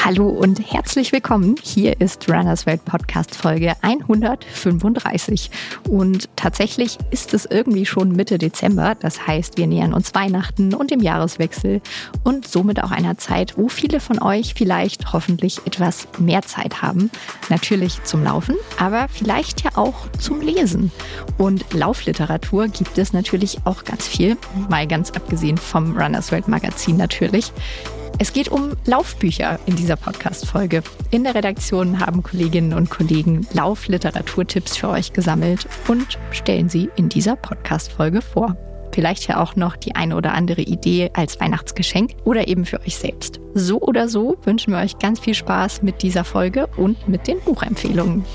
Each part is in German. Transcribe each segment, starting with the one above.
Hallo und herzlich willkommen. Hier ist Runners World Podcast Folge 135. Und tatsächlich ist es irgendwie schon Mitte Dezember. Das heißt, wir nähern uns Weihnachten und dem Jahreswechsel und somit auch einer Zeit, wo viele von euch vielleicht hoffentlich etwas mehr Zeit haben. Natürlich zum Laufen, aber vielleicht ja auch zum Lesen. Und Laufliteratur gibt es natürlich auch ganz viel, mal ganz abgesehen vom Runners World Magazin natürlich. Es geht um Laufbücher in dieser Podcast-Folge. In der Redaktion haben Kolleginnen und Kollegen Laufliteraturtipps für euch gesammelt und stellen sie in dieser Podcast-Folge vor. Vielleicht ja auch noch die eine oder andere Idee als Weihnachtsgeschenk oder eben für euch selbst. So oder so wünschen wir euch ganz viel Spaß mit dieser Folge und mit den Buchempfehlungen.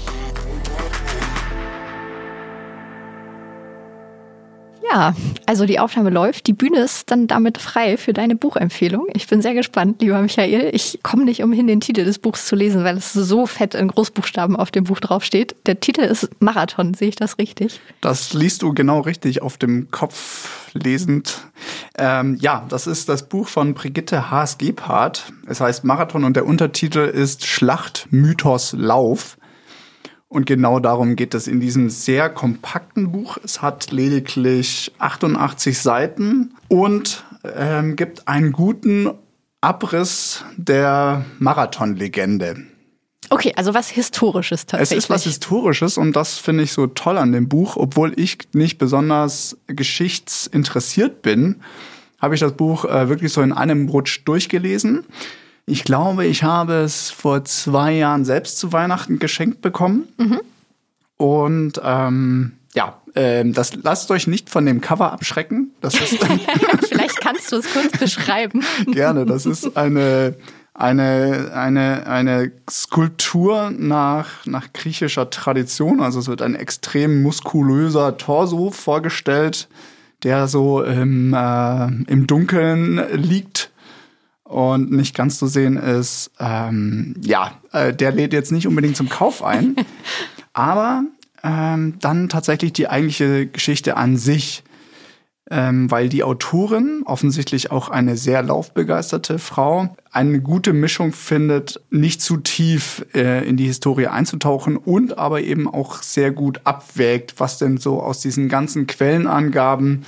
Ja, also die Aufnahme läuft. Die Bühne ist dann damit frei für deine Buchempfehlung. Ich bin sehr gespannt, lieber Michael. Ich komme nicht umhin, den Titel des Buchs zu lesen, weil es so fett in Großbuchstaben auf dem Buch draufsteht. Der Titel ist Marathon, sehe ich das richtig? Das liest du genau richtig auf dem Kopf lesend. Ja, das ist das Buch von Brigitte Haas-Gebhardt. Es heißt Marathon und der Untertitel ist Schlacht, Mythos, Lauf. Und genau darum geht es in diesem sehr kompakten Buch. Es hat lediglich 88 Seiten und gibt einen guten Abriss der Marathonlegende. Okay, also was Historisches tatsächlich. Es ist was Historisches und das finde ich so toll an dem Buch. Obwohl ich nicht besonders geschichtsinteressiert bin, habe ich das Buch wirklich so in einem Rutsch durchgelesen. Ich glaube, ich habe es vor 2 Jahren selbst zu Weihnachten geschenkt bekommen. Mhm. Und das lasst euch nicht von dem Cover abschrecken. Das ist Vielleicht kannst du es kurz beschreiben. Gerne. Das ist eine Skulptur nach griechischer Tradition. Also es wird ein extrem muskulöser Torso vorgestellt, der so im Dunkeln liegt und nicht ganz zu sehen ist. Der lädt jetzt nicht unbedingt zum Kauf ein. Aber dann tatsächlich die eigentliche Geschichte an sich. Weil die Autorin, offensichtlich auch eine sehr laufbegeisterte Frau, eine gute Mischung findet, nicht zu tief in die Historie einzutauchen und aber eben auch sehr gut abwägt, was denn so aus diesen ganzen Quellenangaben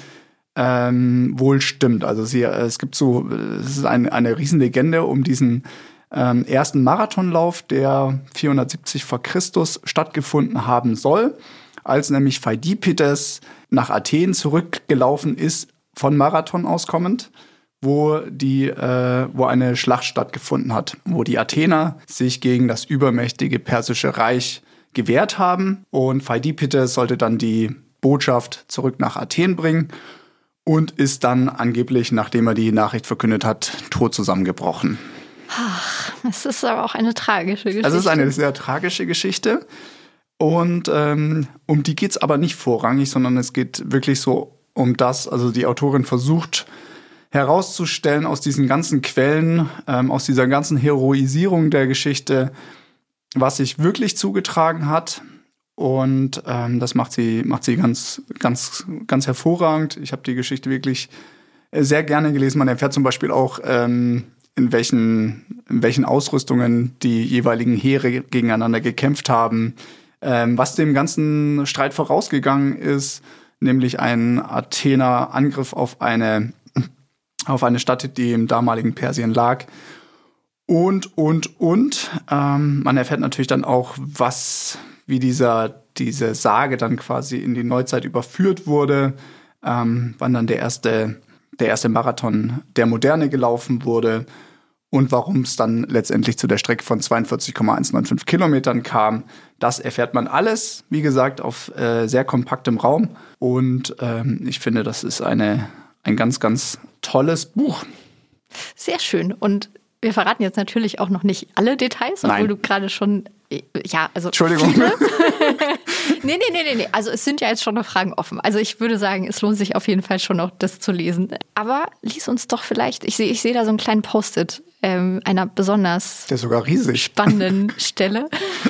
wohl stimmt. Also es ist eine Riesenlegende um diesen ersten Marathonlauf, der 470 vor Christus stattgefunden haben soll, als nämlich Pheidipides nach Athen zurückgelaufen ist, von Marathon auskommend, wo eine Schlacht stattgefunden hat, wo die Athener sich gegen das übermächtige persische Reich gewehrt haben und Pheidipides sollte dann die Botschaft zurück nach Athen bringen und ist dann angeblich, nachdem er die Nachricht verkündet hat, tot zusammengebrochen. Ach, es ist aber auch eine tragische Geschichte. Also es ist eine sehr tragische Geschichte. Und um die geht's aber nicht vorrangig, sondern es geht wirklich so um das. Also die Autorin versucht herauszustellen aus diesen ganzen Quellen, aus dieser ganzen Heroisierung der Geschichte, was sich wirklich zugetragen hat. Und das macht sie ganz, ganz, ganz hervorragend. Ich habe die Geschichte wirklich sehr gerne gelesen. Man erfährt zum Beispiel auch, in welchen Ausrüstungen die jeweiligen Heere gegeneinander gekämpft haben. Was dem ganzen Streit vorausgegangen ist, nämlich ein Athener Angriff auf eine Stadt, die im damaligen Persien lag. Und. Man erfährt natürlich dann auch, wie diese Sage dann quasi in die Neuzeit überführt wurde, wann dann der erste Marathon der Moderne gelaufen wurde und warum es dann letztendlich zu der Strecke von 42,195 Kilometern kam. Das erfährt man alles, wie gesagt, auf sehr kompaktem Raum. Und ich finde, das ist ein ganz, ganz tolles Buch. Sehr schön. Und wir verraten jetzt natürlich auch noch nicht alle Details, obwohl du gerade schon, Entschuldigung. Viele. Nee. Also es sind ja jetzt schon noch Fragen offen. Also ich würde sagen, es lohnt sich auf jeden Fall schon noch, das zu lesen. Aber lies uns doch vielleicht, ich sehe da so einen kleinen Post-it einer besonders der ist sogar riesig spannenden Stelle.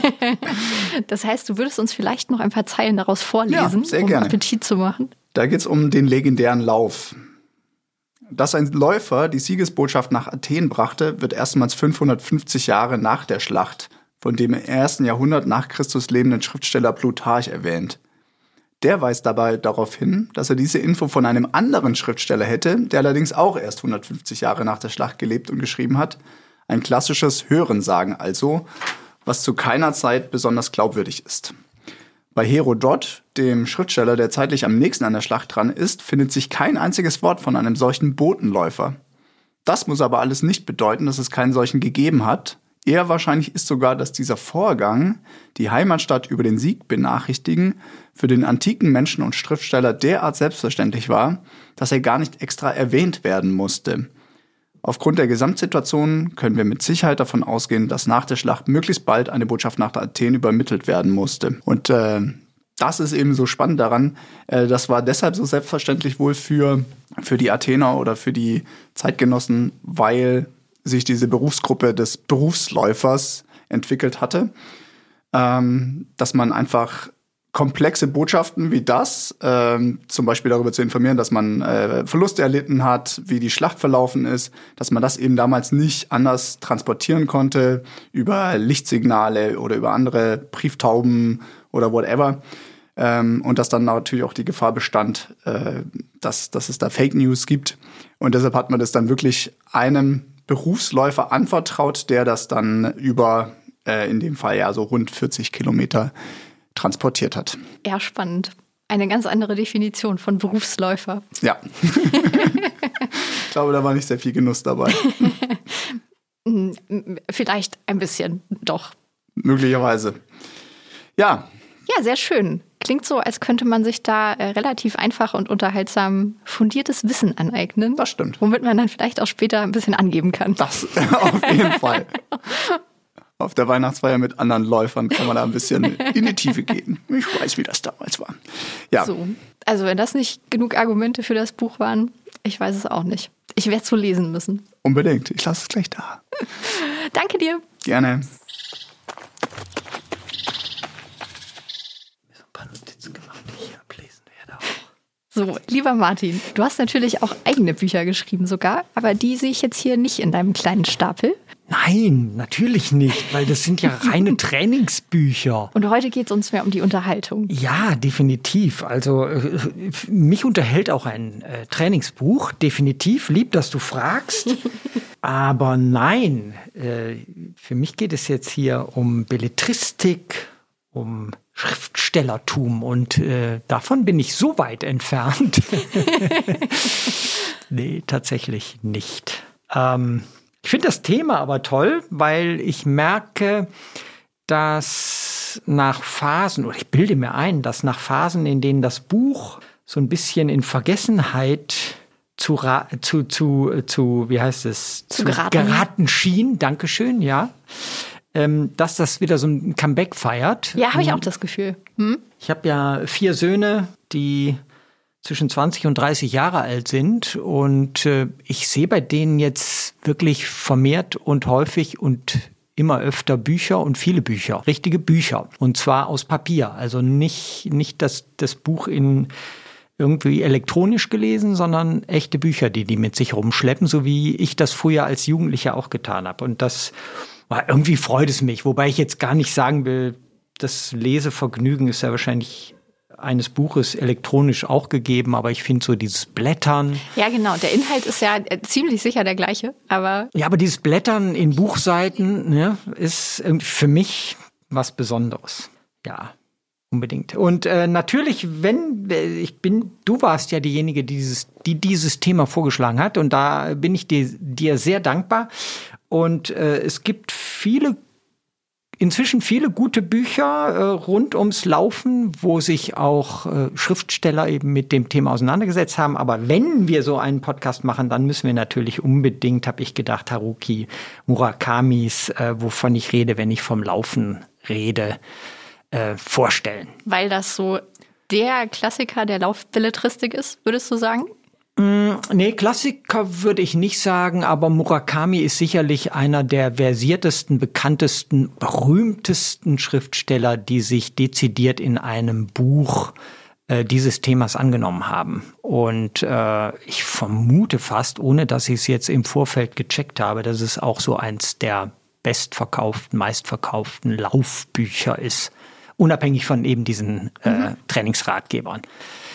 Das heißt, du würdest uns vielleicht noch ein paar Zeilen daraus vorlesen, ja, sehr gerne. Appetit zu machen. Da geht es um den legendären Lauf. Dass ein Läufer die Siegesbotschaft nach Athen brachte, wird erstmals 550 Jahre nach der Schlacht von dem im 1. Jahrhundert nach Christus lebenden Schriftsteller Plutarch erwähnt. Der weist dabei darauf hin, dass er diese Info von einem anderen Schriftsteller hätte, der allerdings auch erst 150 Jahre nach der Schlacht gelebt und geschrieben hat. Ein klassisches Hörensagen also, was zu keiner Zeit besonders glaubwürdig ist. Bei Herodot, dem Schriftsteller, der zeitlich am nächsten an der Schlacht dran ist, findet sich kein einziges Wort von einem solchen Botenläufer. Das muss aber alles nicht bedeuten, dass es keinen solchen gegeben hat. Eher wahrscheinlich ist sogar, dass dieser Vorgang, die Heimatstadt über den Sieg benachrichtigen, für den antiken Menschen und Schriftsteller derart selbstverständlich war, dass er gar nicht extra erwähnt werden musste. Aufgrund der Gesamtsituation können wir mit Sicherheit davon ausgehen, dass nach der Schlacht möglichst bald eine Botschaft nach Athen übermittelt werden musste. Und das ist eben so spannend daran. Das war deshalb so selbstverständlich wohl für die Athener oder für die Zeitgenossen, weil sich diese Berufsgruppe des Berufsläufers entwickelt hatte. Dass man einfach komplexe Botschaften wie das, zum Beispiel darüber zu informieren, dass man Verluste erlitten hat, wie die Schlacht verlaufen ist, dass man das eben damals nicht anders transportieren konnte über Lichtsignale oder über andere Brieftauben oder whatever. Und dass dann natürlich auch die Gefahr bestand, dass es da Fake News gibt. Und deshalb hat man das dann wirklich einem Berufsläufer anvertraut, der das dann über, in dem Fall ja so rund 40 Kilometer transportiert hat. Ja, spannend. Eine ganz andere Definition von Berufsläufer. Ja. Ich glaube, da war nicht sehr viel Genuss dabei. Vielleicht ein bisschen, doch. Möglicherweise. Ja. Ja, sehr schön. Klingt so, als könnte man sich da relativ einfach und unterhaltsam fundiertes Wissen aneignen. Das stimmt. Womit man dann vielleicht auch später ein bisschen angeben kann. Das auf jeden Fall. Auf der Weihnachtsfeier mit anderen Läufern kann man da ein bisschen in die Tiefe gehen. Ich weiß, wie das damals war. Ja. So, also wenn das nicht genug Argumente für das Buch waren, ich weiß es auch nicht. Ich werde es so lesen müssen. Unbedingt. Ich lasse es gleich da. Danke dir. Gerne. So, lieber Martin, du hast natürlich auch eigene Bücher geschrieben sogar, aber die sehe ich jetzt hier nicht in deinem kleinen Stapel. Nein, natürlich nicht, weil das sind ja reine Trainingsbücher. Und heute geht es uns mehr um die Unterhaltung. Ja, definitiv. Also mich unterhält auch ein Trainingsbuch, definitiv. Lieb, dass du fragst. Aber nein, für mich geht es jetzt hier um Belletristik, um Schriftstellertum und davon bin ich so weit entfernt. Nee, tatsächlich nicht. Ich finde das Thema aber toll, weil ich merke, dass nach Phasen, oder ich bilde mir ein, dass nach Phasen, in denen das Buch so ein bisschen in Vergessenheit zu geraten schien, Dankeschön, ja, dass das wieder so ein Comeback feiert. Ja, habe ich auch das Gefühl. Ich habe ja 4 Söhne, die zwischen 20 und 30 Jahre alt sind und ich sehe bei denen jetzt wirklich vermehrt und häufig und immer öfter Bücher und viele Bücher, richtige Bücher und zwar aus Papier, also nicht das Buch in irgendwie elektronisch gelesen, sondern echte Bücher, die mit sich rumschleppen, so wie ich das früher als Jugendlicher auch getan habe und das war irgendwie freut es mich, wobei ich jetzt gar nicht sagen will, das Lesevergnügen ist ja wahrscheinlich eines Buches elektronisch auch gegeben, aber ich finde so dieses Blättern. Ja, genau. Der Inhalt ist ja ziemlich sicher der gleiche, aber. Ja, aber dieses Blättern in Buchseiten, ne, ist für mich was Besonderes. Ja, unbedingt. Und natürlich, du warst ja diejenige, die dieses Thema vorgeschlagen hat und da bin ich dir sehr dankbar. Und es gibt inzwischen viele gute Bücher rund ums Laufen, wo sich auch Schriftsteller eben mit dem Thema auseinandergesetzt haben. Aber wenn wir so einen Podcast machen, dann müssen wir natürlich unbedingt, habe ich gedacht, Haruki Murakamis, wovon ich rede, wenn ich vom Laufen rede, vorstellen. Weil das so der Klassiker der Laufbelletristik ist, würdest du sagen? Nee, Klassiker würde ich nicht sagen, aber Murakami ist sicherlich einer der versiertesten, bekanntesten, berühmtesten Schriftsteller, die sich dezidiert in einem Buch dieses Themas angenommen haben. Und ich vermute fast, ohne dass ich es jetzt im Vorfeld gecheckt habe, dass es auch so eins der bestverkauften, meistverkauften Laufbücher ist. Unabhängig von eben diesen Trainingsratgebern.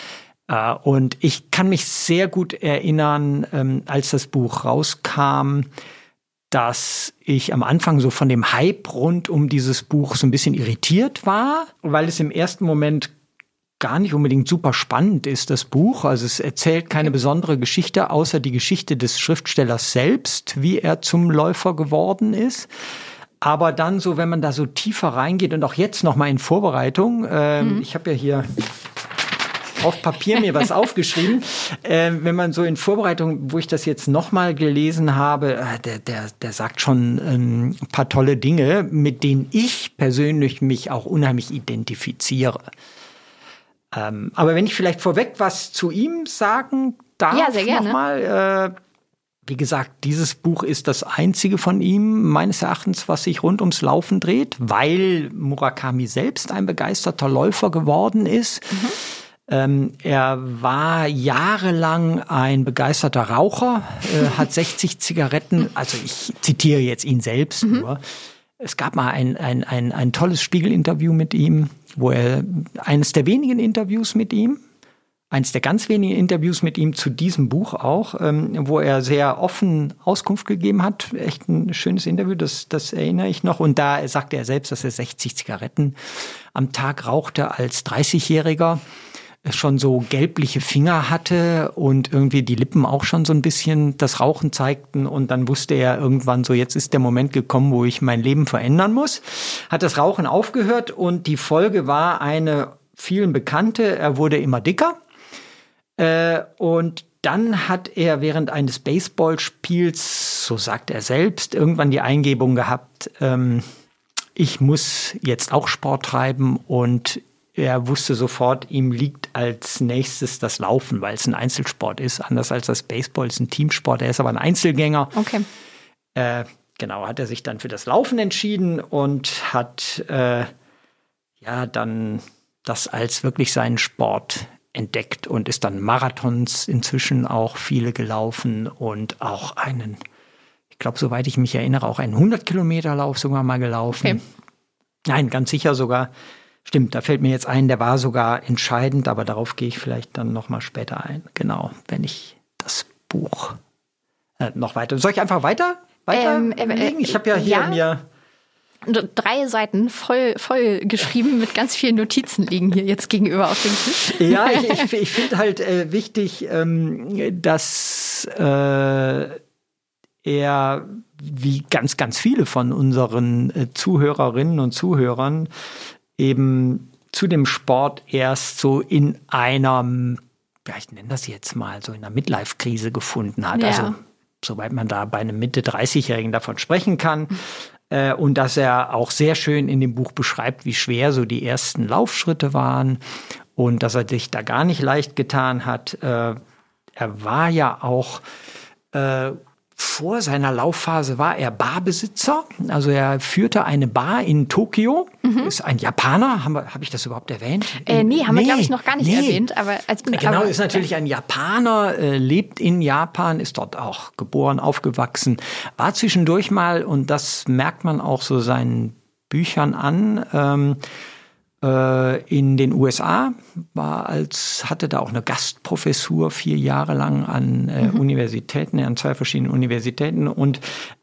Und ich kann mich sehr gut erinnern, als das Buch rauskam, dass ich am Anfang so von dem Hype rund um dieses Buch so ein bisschen irritiert war, weil es im ersten Moment gar nicht unbedingt super spannend ist, das Buch. Also es erzählt keine besondere Geschichte, außer die Geschichte des Schriftstellers selbst, wie er zum Läufer geworden ist. Aber dann so, wenn man da so tiefer reingeht und auch jetzt noch mal in Vorbereitung, ich habe ja hier auf Papier mir was aufgeschrieben, wenn man so in Vorbereitung, wo ich das jetzt noch mal gelesen habe, der sagt schon ein paar tolle Dinge, mit denen ich persönlich mich auch unheimlich identifiziere. Aber wenn ich vielleicht vorweg was zu ihm sagen darf, ja, sehr gerne. Nochmal, wie gesagt, dieses Buch ist das einzige von ihm, meines Erachtens, was sich rund ums Laufen dreht, weil Murakami selbst ein begeisterter Läufer geworden ist. Er war jahrelang ein begeisterter Raucher, hat 60 Zigaretten, also ich zitiere jetzt ihn selbst nur. Es gab mal ein tolles Spiegel-Interview mit ihm, wo er eines der wenigen Interviews mit ihm, eines der ganz wenigen Interviews mit ihm zu diesem Buch auch, wo er sehr offen Auskunft gegeben hat. Echt ein schönes Interview, das erinnere ich noch. Und da sagte er selbst, dass er 60 Zigaretten am Tag rauchte als 30-Jähriger, schon so gelbliche Finger hatte und irgendwie die Lippen auch schon so ein bisschen das Rauchen zeigten. Und dann wusste er irgendwann so, jetzt ist der Moment gekommen, wo ich mein Leben verändern muss. Hat das Rauchen aufgehört und die Folge war eine vielen bekannte. Er wurde immer dicker. Und dann hat er während eines Baseballspiels, so sagt er selbst, irgendwann die Eingebung gehabt, ich muss jetzt auch Sport treiben, und er wusste sofort, ihm liegt als nächstes das Laufen, weil es ein Einzelsport ist. Anders als das Baseball ist ein Teamsport. Er ist aber ein Einzelgänger. Okay. Genau, hat er sich dann für das Laufen entschieden und hat dann das als wirklich seinen Sport entdeckt und ist dann Marathons inzwischen auch viele gelaufen und auch ich glaube, soweit ich mich erinnere, auch einen 100-Kilometer-Lauf sogar mal gelaufen. Okay. Nein, ganz sicher sogar. Stimmt, da fällt mir jetzt ein, der war sogar entscheidend, aber darauf gehe ich vielleicht dann noch mal später ein. Genau, wenn ich das Buch noch weiter. Soll ich einfach weiter legen? Ich habe ja hier mir 3 Seiten voll geschrieben mit ganz vielen Notizen liegen hier jetzt gegenüber auf dem Tisch. Ja, ich finde halt wichtig, dass er, wie ganz, ganz viele von unseren Zuhörerinnen und Zuhörern, eben zu dem Sport erst so in einer, ich nenne das jetzt mal, so in einer Midlife-Krise gefunden hat. Ja. Also soweit man da bei einem Mitte-30-Jährigen davon sprechen kann. Und dass er auch sehr schön in dem Buch beschreibt, wie schwer so die ersten Laufschritte waren und dass er sich da gar nicht leicht getan hat. Er war ja auch vor seiner Laufphase war er Barbesitzer. Also er führte eine Bar in Tokio. Ist ein Japaner. Habe ich das überhaupt erwähnt? Nee, haben wir, glaube ich, noch gar nicht erwähnt. Genau, ist natürlich ein Japaner, lebt in Japan, ist dort auch geboren, aufgewachsen. War zwischendurch mal, und das merkt man auch so seinen Büchern an, in den USA, hatte da auch eine Gastprofessur 4 Jahre lang an Universitäten, an 2 verschiedenen Universitäten, und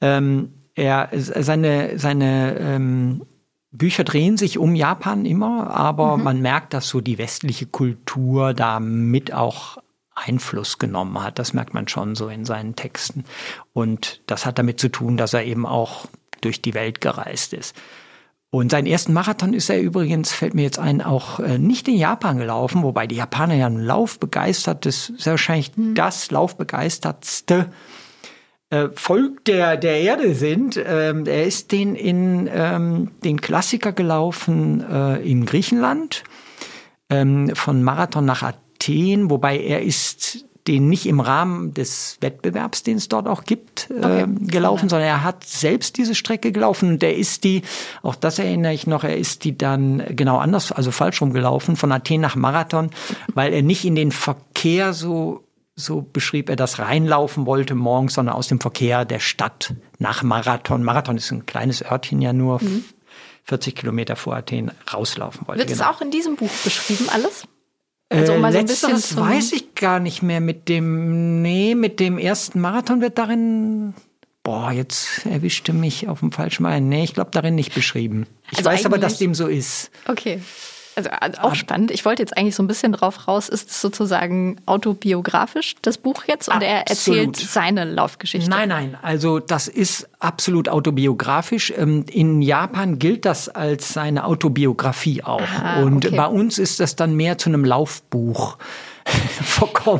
seine Bücher drehen sich um Japan immer, aber man merkt, dass so die westliche Kultur da mit auch Einfluss genommen hat. Das merkt man schon so in seinen Texten. Und das hat damit zu tun, dass er eben auch durch die Welt gereist ist. Und seinen ersten Marathon ist er übrigens, fällt mir jetzt ein, auch nicht in Japan gelaufen, wobei die Japaner ja ein laufbegeistertes, sehr wahrscheinlich das laufbegeistertste Volk der Erde sind. Er ist den Klassiker gelaufen in Griechenland, von Marathon nach Athen, wobei er ist den nicht im Rahmen des Wettbewerbs, den es dort auch gibt, gelaufen, sondern er hat selbst diese Strecke gelaufen und er ist die, auch das erinnere ich noch, er ist die dann genau anders, also falsch rum gelaufen, von Athen nach Marathon, weil er nicht in den Verkehr so beschrieb er das, reinlaufen wollte morgens, sondern aus dem Verkehr der Stadt nach Marathon. Marathon ist ein kleines Örtchen ja nur 40 Kilometer vor Athen rauslaufen wollte. Wird es auch in diesem Buch beschrieben alles? Also mal so ein bisschen Letzteres weiß ich gar nicht mehr. Mit dem ersten Marathon wird darin, jetzt erwischte mich auf dem falschen Bein. Nee, ich glaube darin nicht beschrieben. Ich Also weiß aber, dass eigentlich- dem so ist. Okay. Also auch spannend. Ich wollte jetzt eigentlich so ein bisschen drauf raus, ist es sozusagen autobiografisch, das Buch jetzt? Und er erzählt Absolut. seine Laufgeschichte? Nein, also das ist absolut autobiografisch. In Japan gilt das als seine Autobiografie auch. Aha, und okay. bei uns ist das dann mehr zu einem Laufbuch verkommen.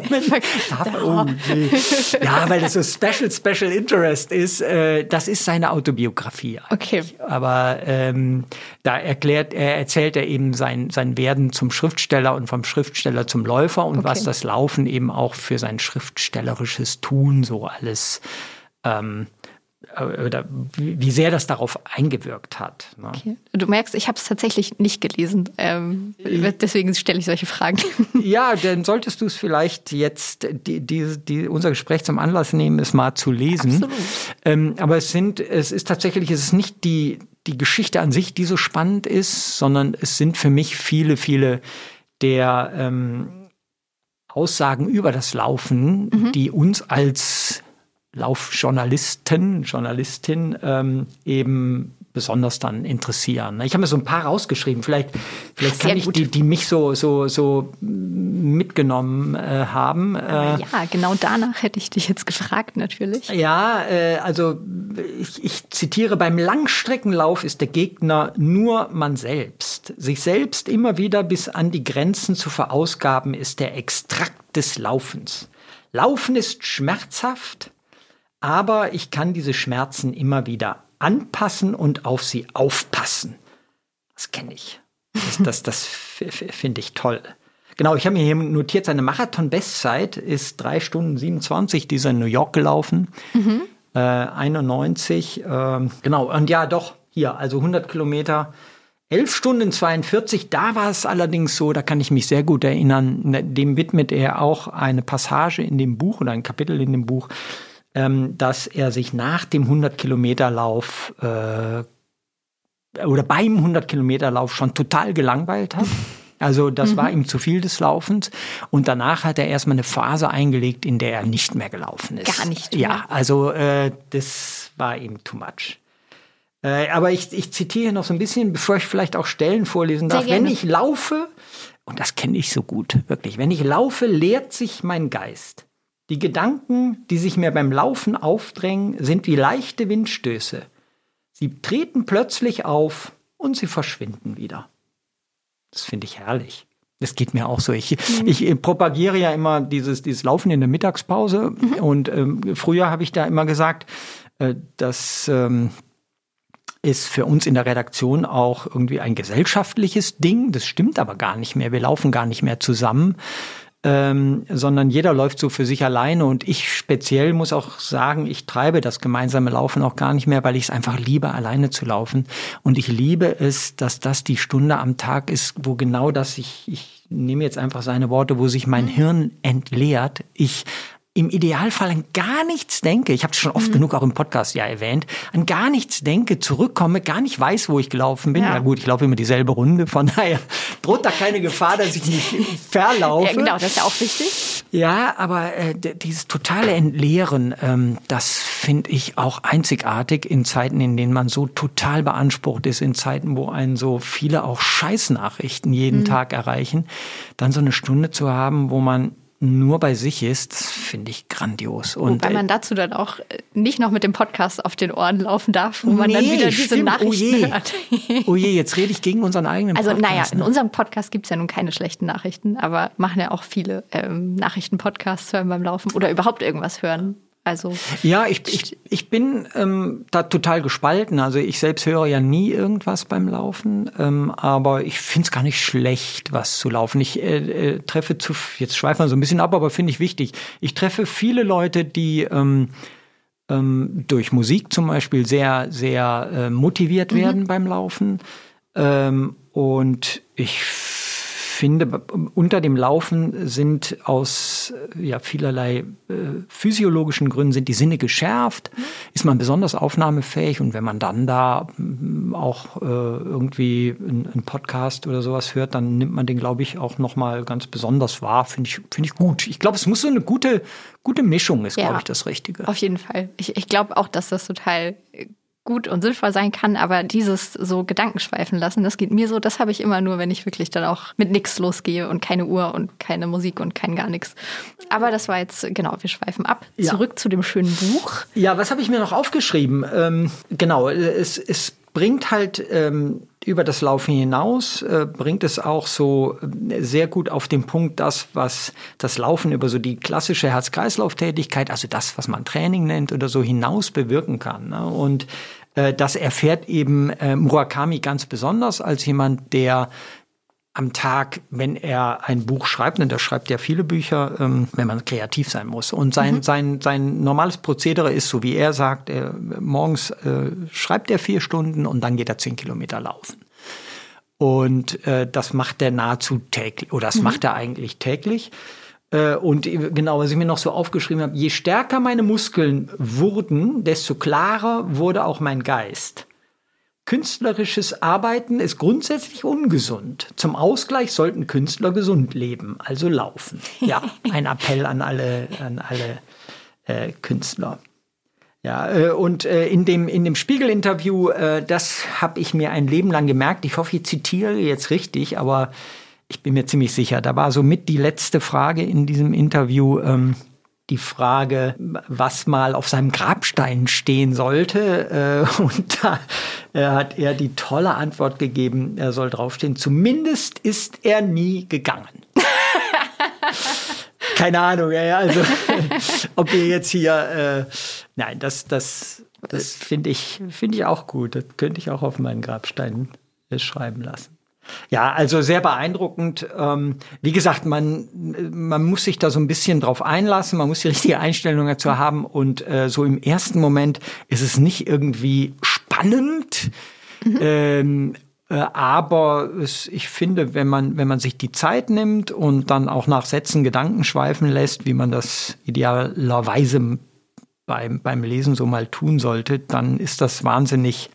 Ja, weil das so Special Interest ist. Das ist seine Autobiografie eigentlich. Okay. Aber da erzählt er eben sein Werden zum Schriftsteller und vom Schriftsteller zum Läufer und was das Laufen eben auch für sein schriftstellerisches Tun so alles oder wie sehr das darauf eingewirkt hat. Ne? Okay. Du merkst, ich habe es tatsächlich nicht gelesen. Deswegen stelle ich solche Fragen. Ja, dann solltest du es vielleicht jetzt unser Gespräch zum Anlass nehmen, es mal zu lesen. Absolut. Aber es ist nicht die Geschichte an sich, die so spannend ist, sondern es sind für mich viele der Aussagen über das Laufen, die uns als Laufjournalistin eben besonders dann interessieren. Ich habe mir so ein paar rausgeschrieben. Vielleicht kann ich die mich so mitgenommen haben. Ja, genau danach hätte ich dich jetzt gefragt, natürlich. Ja, also ich zitiere, beim Langstreckenlauf ist der Gegner nur man selbst. Sich selbst immer wieder bis an die Grenzen zu verausgaben, ist der Extrakt des Laufens. Laufen ist schmerzhaft, aber ich kann diese Schmerzen immer wieder anpassen und auf sie aufpassen. Das kenne ich. Das finde ich toll. Genau, ich habe mir hier notiert, seine Marathon-Bestzeit ist 3 Stunden 27, die ist in New York gelaufen. 91, genau, und ja, doch, hier, also 100 Kilometer, 11 Stunden 42, da war es allerdings so, da kann ich mich sehr gut erinnern, dem widmet er auch eine Passage in dem Buch oder ein Kapitel in dem Buch, dass er sich nach dem 100-Kilometer-Lauf oder beim 100-Kilometer-Lauf schon total gelangweilt hat. Also das war ihm zu viel des Laufens. Und danach hat er erstmal eine Phase eingelegt, in der er nicht mehr gelaufen ist. Gar nicht mehr. Ja, also das war ihm too much. Aber ich zitiere noch so ein bisschen, bevor ich vielleicht auch Stellen vorlesen darf. Wenn ich laufe, und das kenne ich so gut, wirklich, wenn ich laufe, leert sich mein Geist. Die Gedanken, die sich mir beim Laufen aufdrängen, sind wie leichte Windstöße. Sie treten plötzlich auf und sie verschwinden wieder. Das finde ich herrlich. Das geht mir auch so. Ich propagiere ja immer dieses Laufen in der Mittagspause. Und früher habe ich da immer gesagt, das ist für uns in der Redaktion auch irgendwie ein gesellschaftliches Ding. Das stimmt aber gar nicht mehr. Wir laufen gar nicht mehr zusammen. Sondern jeder läuft so für sich alleine und ich speziell muss auch sagen, ich treibe das gemeinsame Laufen auch gar nicht mehr, weil ich es einfach liebe, alleine zu laufen und ich liebe es, dass das die Stunde am Tag ist, wo genau das, ich nehme jetzt einfach seine Worte, wo sich mein Hirn entleert, ich im Idealfall an gar nichts denke, ich habe es schon oft genug auch im Podcast ja erwähnt, an gar nichts denke, zurückkomme, gar nicht weiß, wo ich gelaufen bin. Ja gut, ich laufe immer dieselbe Runde, von daher droht da keine Gefahr, dass ich mich verlaufe. Ja, genau, das ist ja auch wichtig. Ja, aber dieses totale Entleeren, das finde ich auch einzigartig in Zeiten, in denen man so total beansprucht ist, in Zeiten, wo einen so viele auch Scheißnachrichten jeden Tag erreichen, dann so eine Stunde zu haben, wo man nur bei sich ist, das finde ich grandios. Und weil man dazu dann auch nicht noch mit dem Podcast auf den Ohren laufen darf, wo man dann wieder diese Nachrichten hört. Oh je, jetzt rede ich gegen unseren eigenen Podcast. Also naja, in unserem Podcast gibt es ja nun keine schlechten Nachrichten, aber machen ja auch viele Nachrichten-Podcasts hören beim Laufen oder überhaupt irgendwas hören. Also ja, ich bin da total gespalten. Also ich selbst höre ja nie irgendwas beim Laufen, aber ich finde es gar nicht schlecht, was zu laufen. Ich treffe jetzt schweifen wir so ein bisschen ab, aber finde ich wichtig. Ich treffe viele Leute, die durch Musik zum Beispiel sehr, sehr motiviert werden beim Laufen. Und ich finde, unter dem Laufen sind aus vielerlei physiologischen Gründen sind die Sinne geschärft, ist man besonders aufnahmefähig, und wenn man dann da auch irgendwie einen Podcast oder sowas hört, dann nimmt man den, glaube ich, auch nochmal ganz besonders wahr. Finde ich gut. Ich glaube, es muss so eine gute Mischung ist, glaube ich, das Richtige. Auf jeden Fall. Ich glaube auch, dass das total gut und sinnvoll sein kann, aber dieses so Gedanken schweifen lassen, das geht mir so, das habe ich immer nur, wenn ich wirklich dann auch mit nichts losgehe und keine Uhr und keine Musik und kein gar nichts. Aber das war jetzt, genau, wir schweifen ab. Ja. Zurück zu dem schönen Buch. Ja, was habe ich mir noch aufgeschrieben? Genau, es bringt halt über das Laufen hinaus, bringt es auch so sehr gut auf den Punkt, was das Laufen über so die klassische Herz-Kreislauf-Tätigkeit, also das, was man Training nennt oder so, hinaus bewirken kann. Ne? Und das erfährt eben Murakami ganz besonders als jemand, der am Tag, wenn er ein Buch schreibt, und er schreibt ja viele Bücher, wenn man kreativ sein muss. Und sein normales Prozedere ist, so wie er sagt, morgens schreibt er 4 Stunden und dann geht er 10 Kilometer laufen. Und das macht er nahezu täglich, oder das macht er eigentlich täglich. Und genau, was ich mir noch so aufgeschrieben habe, je stärker meine Muskeln wurden, desto klarer wurde auch mein Geist. Künstlerisches Arbeiten ist grundsätzlich ungesund. Zum Ausgleich sollten Künstler gesund leben, also laufen. Ja, ein Appell an alle Künstler. Ja, und in dem Spiegel-Interview, das habe ich mir ein Leben lang gemerkt. Ich hoffe, ich zitiere jetzt richtig, aber ich bin mir ziemlich sicher. Da war somit die letzte Frage in diesem Interview, die Frage, was mal auf seinem Grabstein stehen sollte. Und da hat er die tolle Antwort gegeben, er soll draufstehen, zumindest ist er nie gegangen. Keine Ahnung, also ob wir jetzt hier, nein, das finde ich auch gut. Das könnte ich auch auf meinen Grabstein schreiben lassen. Ja, also sehr beeindruckend. Wie gesagt, man muss sich da so ein bisschen drauf einlassen, man muss die richtige Einstellung dazu haben, und so im ersten Moment ist es nicht irgendwie spannend, aber ich finde, wenn man sich die Zeit nimmt und dann auch nach Sätzen Gedanken schweifen lässt, wie man das idealerweise beim Lesen so mal tun sollte, dann ist das wahnsinnig,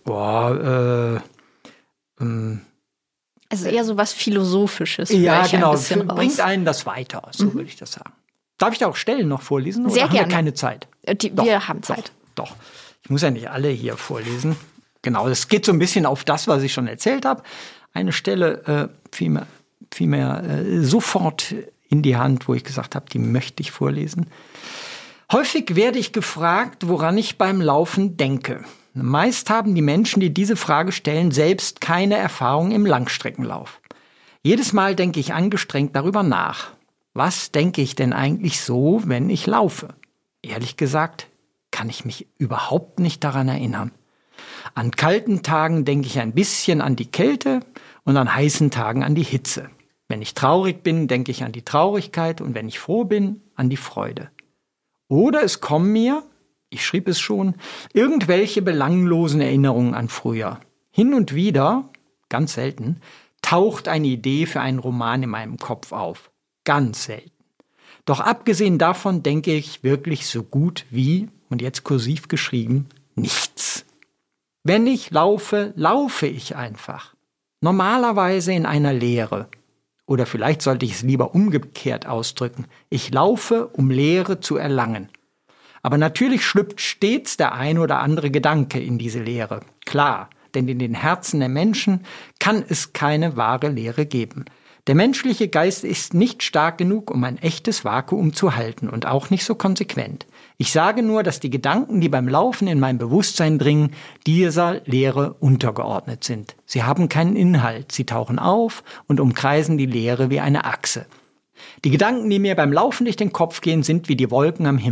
also eher so was Philosophisches. Ja, genau. Bringt einen das weiter, so würde ich das sagen. Darf ich da auch Stellen noch vorlesen? Oder sehr gerne. Haben wir keine Zeit? Wir haben Zeit. Doch. Ich muss ja nicht alle hier vorlesen. Genau, es geht so ein bisschen auf das, was ich schon erzählt habe. Eine Stelle fiel mir sofort in die Hand, wo ich gesagt habe, die möchte ich vorlesen. Häufig werde ich gefragt, woran ich beim Laufen denke. Meist haben die Menschen, die diese Frage stellen, selbst keine Erfahrung im Langstreckenlauf. Jedes Mal denke ich angestrengt darüber nach. Was denke ich denn eigentlich so, wenn ich laufe? Ehrlich gesagt, kann ich mich überhaupt nicht daran erinnern. An kalten Tagen denke ich ein bisschen an die Kälte und an heißen Tagen an die Hitze. Wenn ich traurig bin, denke ich an die Traurigkeit, und wenn ich froh bin, an die Freude. Oder es kommen mir, ich schrieb es schon, irgendwelche belanglosen Erinnerungen an früher. Hin und wieder, ganz selten, taucht eine Idee für einen Roman in meinem Kopf auf. Ganz selten. Doch abgesehen davon denke ich wirklich so gut wie, und jetzt kursiv geschrieben, nichts. Wenn ich laufe, laufe ich einfach. Normalerweise in einer Leere. Oder vielleicht sollte ich es lieber umgekehrt ausdrücken. Ich laufe, um Leere zu erlangen. Aber natürlich schlüpft stets der ein oder andere Gedanke in diese Leere. Klar, denn in den Herzen der Menschen kann es keine wahre Leere geben. Der menschliche Geist ist nicht stark genug, um ein echtes Vakuum zu halten, und auch nicht so konsequent. Ich sage nur, dass die Gedanken, die beim Laufen in mein Bewusstsein dringen, dieser Leere untergeordnet sind. Sie haben keinen Inhalt, sie tauchen auf und umkreisen die Leere wie eine Achse. Die Gedanken, die mir beim Laufen durch den Kopf gehen, sind wie die Wolken am Himmel.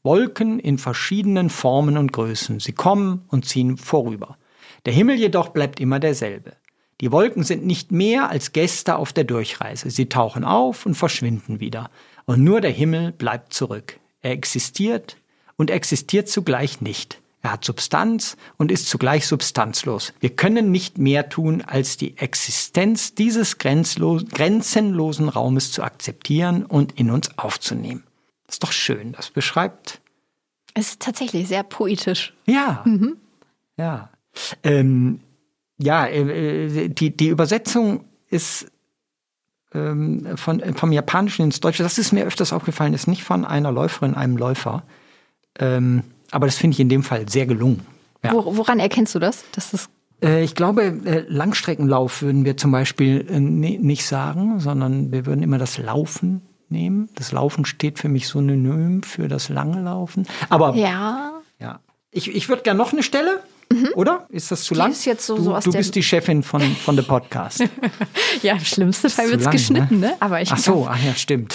Wolken in verschiedenen Formen und Größen. Sie kommen und ziehen vorüber. Der Himmel jedoch bleibt immer derselbe. Die Wolken sind nicht mehr als Gäste auf der Durchreise. Sie tauchen auf und verschwinden wieder. Und nur der Himmel bleibt zurück. Er existiert und existiert zugleich nicht. Er hat Substanz und ist zugleich substanzlos. Wir können nicht mehr tun, als die Existenz dieses grenzenlosen Raumes zu akzeptieren und in uns aufzunehmen. Das ist doch schön, das beschreibt. Es ist tatsächlich sehr poetisch. Ja, ja. Die Übersetzung ist vom Japanischen ins Deutsche. Das ist mir öfters aufgefallen, ist nicht von einer Läuferin, einem Läufer. Aber das finde ich in dem Fall sehr gelungen. Ja. Woran erkennst du das? Ich glaube, Langstreckenlauf würden wir zum Beispiel nicht sagen, sondern wir würden immer das Laufen nehmen. Das Laufen steht für mich synonym für das lange Laufen. Aber ja. Ich würde gerne noch eine Stelle, oder? Ist das zu lang? Ist jetzt so du bist die Chefin von dem Podcast. Ja, im schlimmsten Fall wird es geschnitten, ne? Aber ja, stimmt.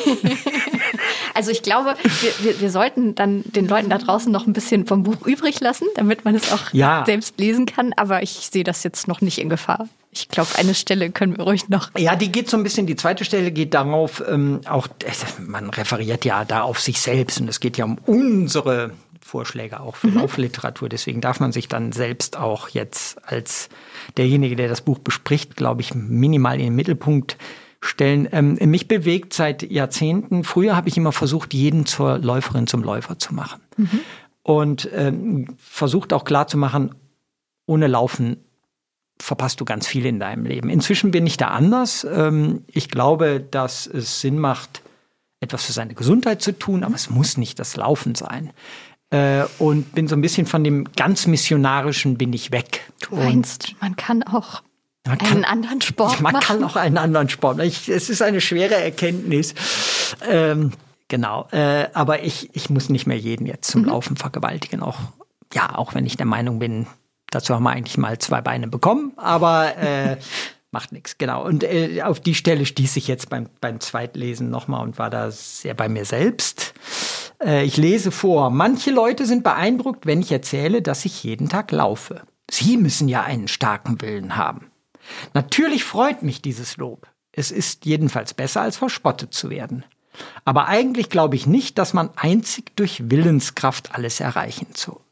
Also ich glaube, wir sollten dann den Leuten da draußen noch ein bisschen vom Buch übrig lassen, damit man es auch selbst lesen kann. Aber ich sehe das jetzt noch nicht in Gefahr. Ich glaube, eine Stelle können wir ruhig noch. Ja, die geht so ein bisschen, die zweite Stelle geht darauf, man referiert ja da auf sich selbst und es geht ja um unsere Vorschläge auch für Laufliteratur. Deswegen darf man sich dann selbst auch jetzt als derjenige, der das Buch bespricht, glaube ich, minimal in den Mittelpunkt stellen. Mich bewegt seit Jahrzehnten. Früher habe ich immer versucht, jeden zur Läuferin, zum Läufer zu machen. Und versucht auch klarzumachen, ohne Laufen verpasst du ganz viel in deinem Leben. Inzwischen bin ich da anders. Ich glaube, dass es Sinn macht, etwas für seine Gesundheit zu tun, aber es muss nicht das Laufen sein. Und bin so ein bisschen von dem ganz Missionarischen bin ich weg. Du meinst, man kann auch einen anderen Sport machen? Man kann auch einen anderen Sport machen. Es ist eine schwere Erkenntnis. Genau. Aber ich muss nicht mehr jeden jetzt zum Laufen vergewaltigen. Auch wenn ich der Meinung bin, dazu haben wir eigentlich mal 2 Beine bekommen. Aber macht nichts. Genau. Und auf die Stelle stieß ich jetzt beim Zweitlesen nochmal und war da sehr bei mir selbst. Ich lese vor. Manche Leute sind beeindruckt, wenn ich erzähle, dass ich jeden Tag laufe. Sie müssen ja einen starken Willen haben. Natürlich freut mich dieses Lob. Es ist jedenfalls besser, als verspottet zu werden. Aber eigentlich glaube ich nicht, dass man einzig durch Willenskraft alles erreichen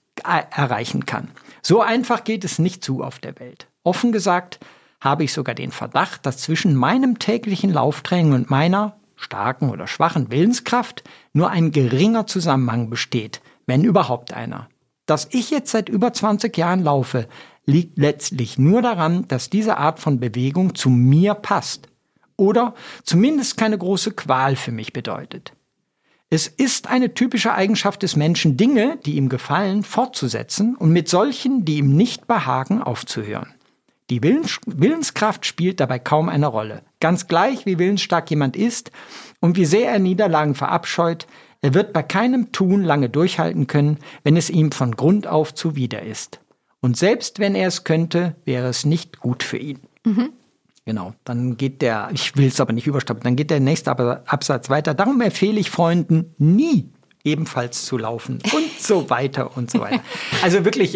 kann. So einfach geht es nicht zu auf der Welt. Offen gesagt habe ich sogar den Verdacht, dass zwischen meinem täglichen Lauftraining und meiner starken oder schwachen Willenskraft nur ein geringer Zusammenhang besteht, wenn überhaupt einer. Dass ich jetzt seit über 20 Jahren laufe, liegt letztlich nur daran, dass diese Art von Bewegung zu mir passt oder zumindest keine große Qual für mich bedeutet. Es ist eine typische Eigenschaft des Menschen, Dinge, die ihm gefallen, fortzusetzen und mit solchen, die ihm nicht behagen, aufzuhören. Die Willenskraft spielt dabei kaum eine Rolle. Ganz gleich, wie willensstark jemand ist und wie sehr er Niederlagen verabscheut, er wird bei keinem Tun lange durchhalten können, wenn es ihm von Grund auf zuwider ist. Und selbst wenn er es könnte, wäre es nicht gut für ihn. Genau, dann geht ich will es aber nicht überstapeln, dann geht der nächste Absatz weiter. Darum empfehle ich Freunden, nie ebenfalls zu laufen und so weiter und so weiter. Also wirklich,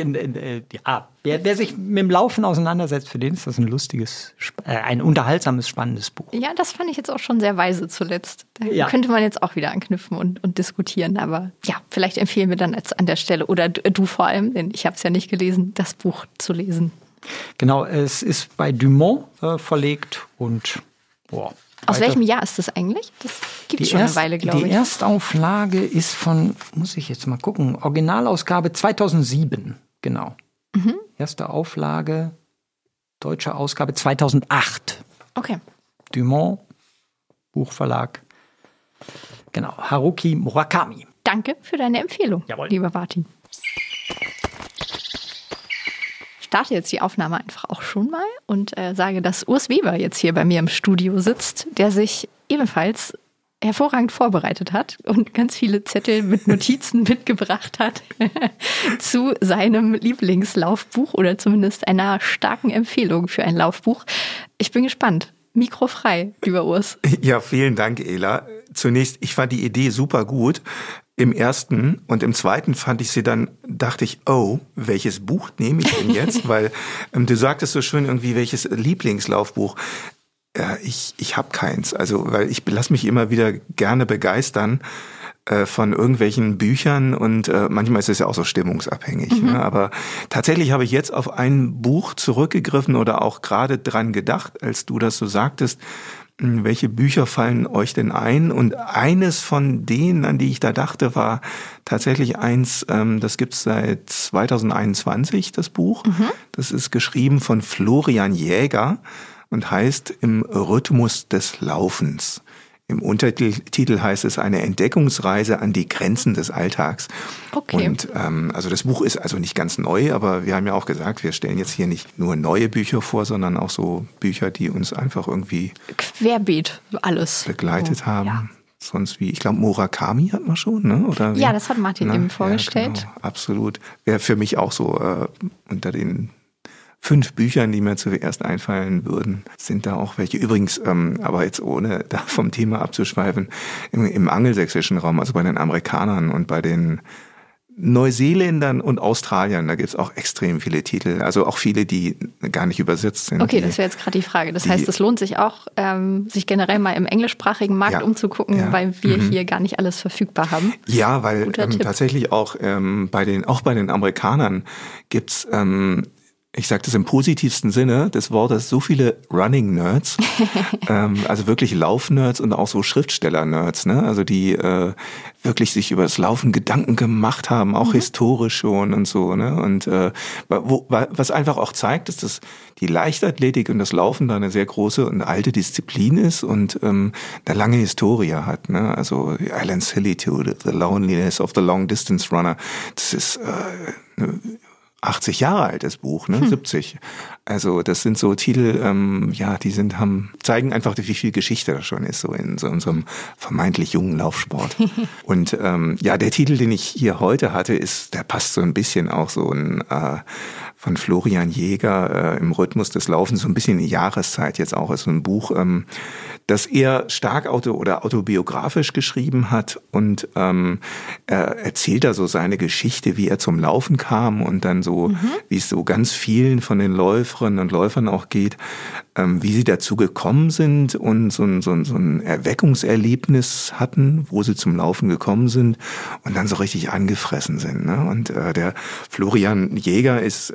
wer sich mit dem Laufen auseinandersetzt, für den ist das ein unterhaltsames, spannendes Buch. Ja, das fand ich jetzt auch schon sehr weise zuletzt. Da könnte man jetzt auch wieder anknüpfen und diskutieren. Aber ja, vielleicht empfehlen wir dann jetzt an der Stelle, oder du vor allem, denn ich habe es ja nicht gelesen, das Buch zu lesen. Genau, es ist bei Dumont verlegt und aus welchem Jahr ist das eigentlich? Das gibt es schon eine Weile, glaube ich. Die Erstauflage ist von, muss ich jetzt mal gucken, Originalausgabe 2007, genau. Erste Auflage, deutsche Ausgabe 2008. Okay. Dumont, Buchverlag. Genau, Haruki Murakami. Danke für deine Empfehlung, lieber Martin. Ich starte jetzt die Aufnahme einfach auch schon mal und sage, dass Urs Weber jetzt hier bei mir im Studio sitzt, der sich ebenfalls hervorragend vorbereitet hat und ganz viele Zettel mit Notizen mitgebracht hat zu seinem Lieblingslaufbuch oder zumindest einer starken Empfehlung für ein Laufbuch. Ich bin gespannt. Mikro frei, lieber Urs. Ja, vielen Dank, Ela. Zunächst, ich fand die Idee super gut. im ersten, und im zweiten dachte ich, oh, welches Buch nehme ich denn jetzt? Weil du sagtest so schön irgendwie, welches Lieblingslaufbuch. Ich habe keins. Also, weil ich lasse mich immer wieder gerne begeistern von irgendwelchen Büchern und manchmal ist es ja auch so stimmungsabhängig. Ne? Aber tatsächlich habe ich jetzt auf ein Buch zurückgegriffen oder auch gerade dran gedacht, als du das so sagtest. Welche Bücher fallen euch denn ein? Und eines von denen, an die ich da dachte, war tatsächlich eins, das gibt's seit 2021, das Buch. Das ist geschrieben von Florian Jäger und heißt Im Rhythmus des Laufens. Im Untertitel heißt es eine Entdeckungsreise an die Grenzen des Alltags. Okay. Und also das Buch ist also nicht ganz neu, aber wir haben ja auch gesagt, wir stellen jetzt hier nicht nur neue Bücher vor, sondern auch so Bücher, die uns einfach irgendwie querbeet alles begleitet haben. Ja. Sonst wie, ich glaube, Murakami hat man schon, ne? Oder wie? Ja, das hat Martin eben vorgestellt. Ja, genau, absolut. Wäre für mich auch so unter den 5 Büchern, die mir zuerst einfallen würden, sind da auch welche. Übrigens, aber jetzt ohne da vom Thema abzuschweifen, im angelsächsischen Raum, also bei den Amerikanern und bei den Neuseeländern und Australiern, da gibt's auch extrem viele Titel, also auch viele, die gar nicht übersetzt sind. Okay, das wäre jetzt gerade die Frage. Das heißt, es lohnt sich auch, sich generell mal im englischsprachigen Markt umzugucken, weil wir hier gar nicht alles verfügbar haben. Ja, weil tatsächlich auch bei den Amerikanern gibt's ich sage das im positivsten Sinne des Wortes, so viele Running-Nerds, also wirklich Lauf-Nerds und auch so Schriftsteller-Nerds, ne? Also die wirklich sich über das Laufen Gedanken gemacht haben, auch historisch schon und so, ne? Und was einfach auch zeigt, ist, dass die Leichtathletik und das Laufen da eine sehr große und alte Disziplin ist und eine lange Historie hat, ne? Also Alan Solitude, The Loneliness of the Long Distance Runner, das ist 80 Jahre altes Buch, ne? 70. Also das sind so Titel, die zeigen einfach, wie viel Geschichte da schon ist, so in so unserem vermeintlich jungen Laufsport. Und der Titel, den ich hier heute hatte, der passt so ein bisschen auch so von Florian Jäger, Im Rhythmus des Laufens, so ein bisschen in die Jahreszeit jetzt auch, ist so ein Buch, das er stark autobiografisch geschrieben hat und er erzählt da so seine Geschichte, wie er zum Laufen kam und dann so, wie es so ganz vielen von den Läuferinnen und Läufern auch geht, wie sie dazu gekommen sind und so ein Erweckungserlebnis hatten, wo sie zum Laufen gekommen sind und dann so richtig angefressen sind. Ne? Und der Florian Jäger ist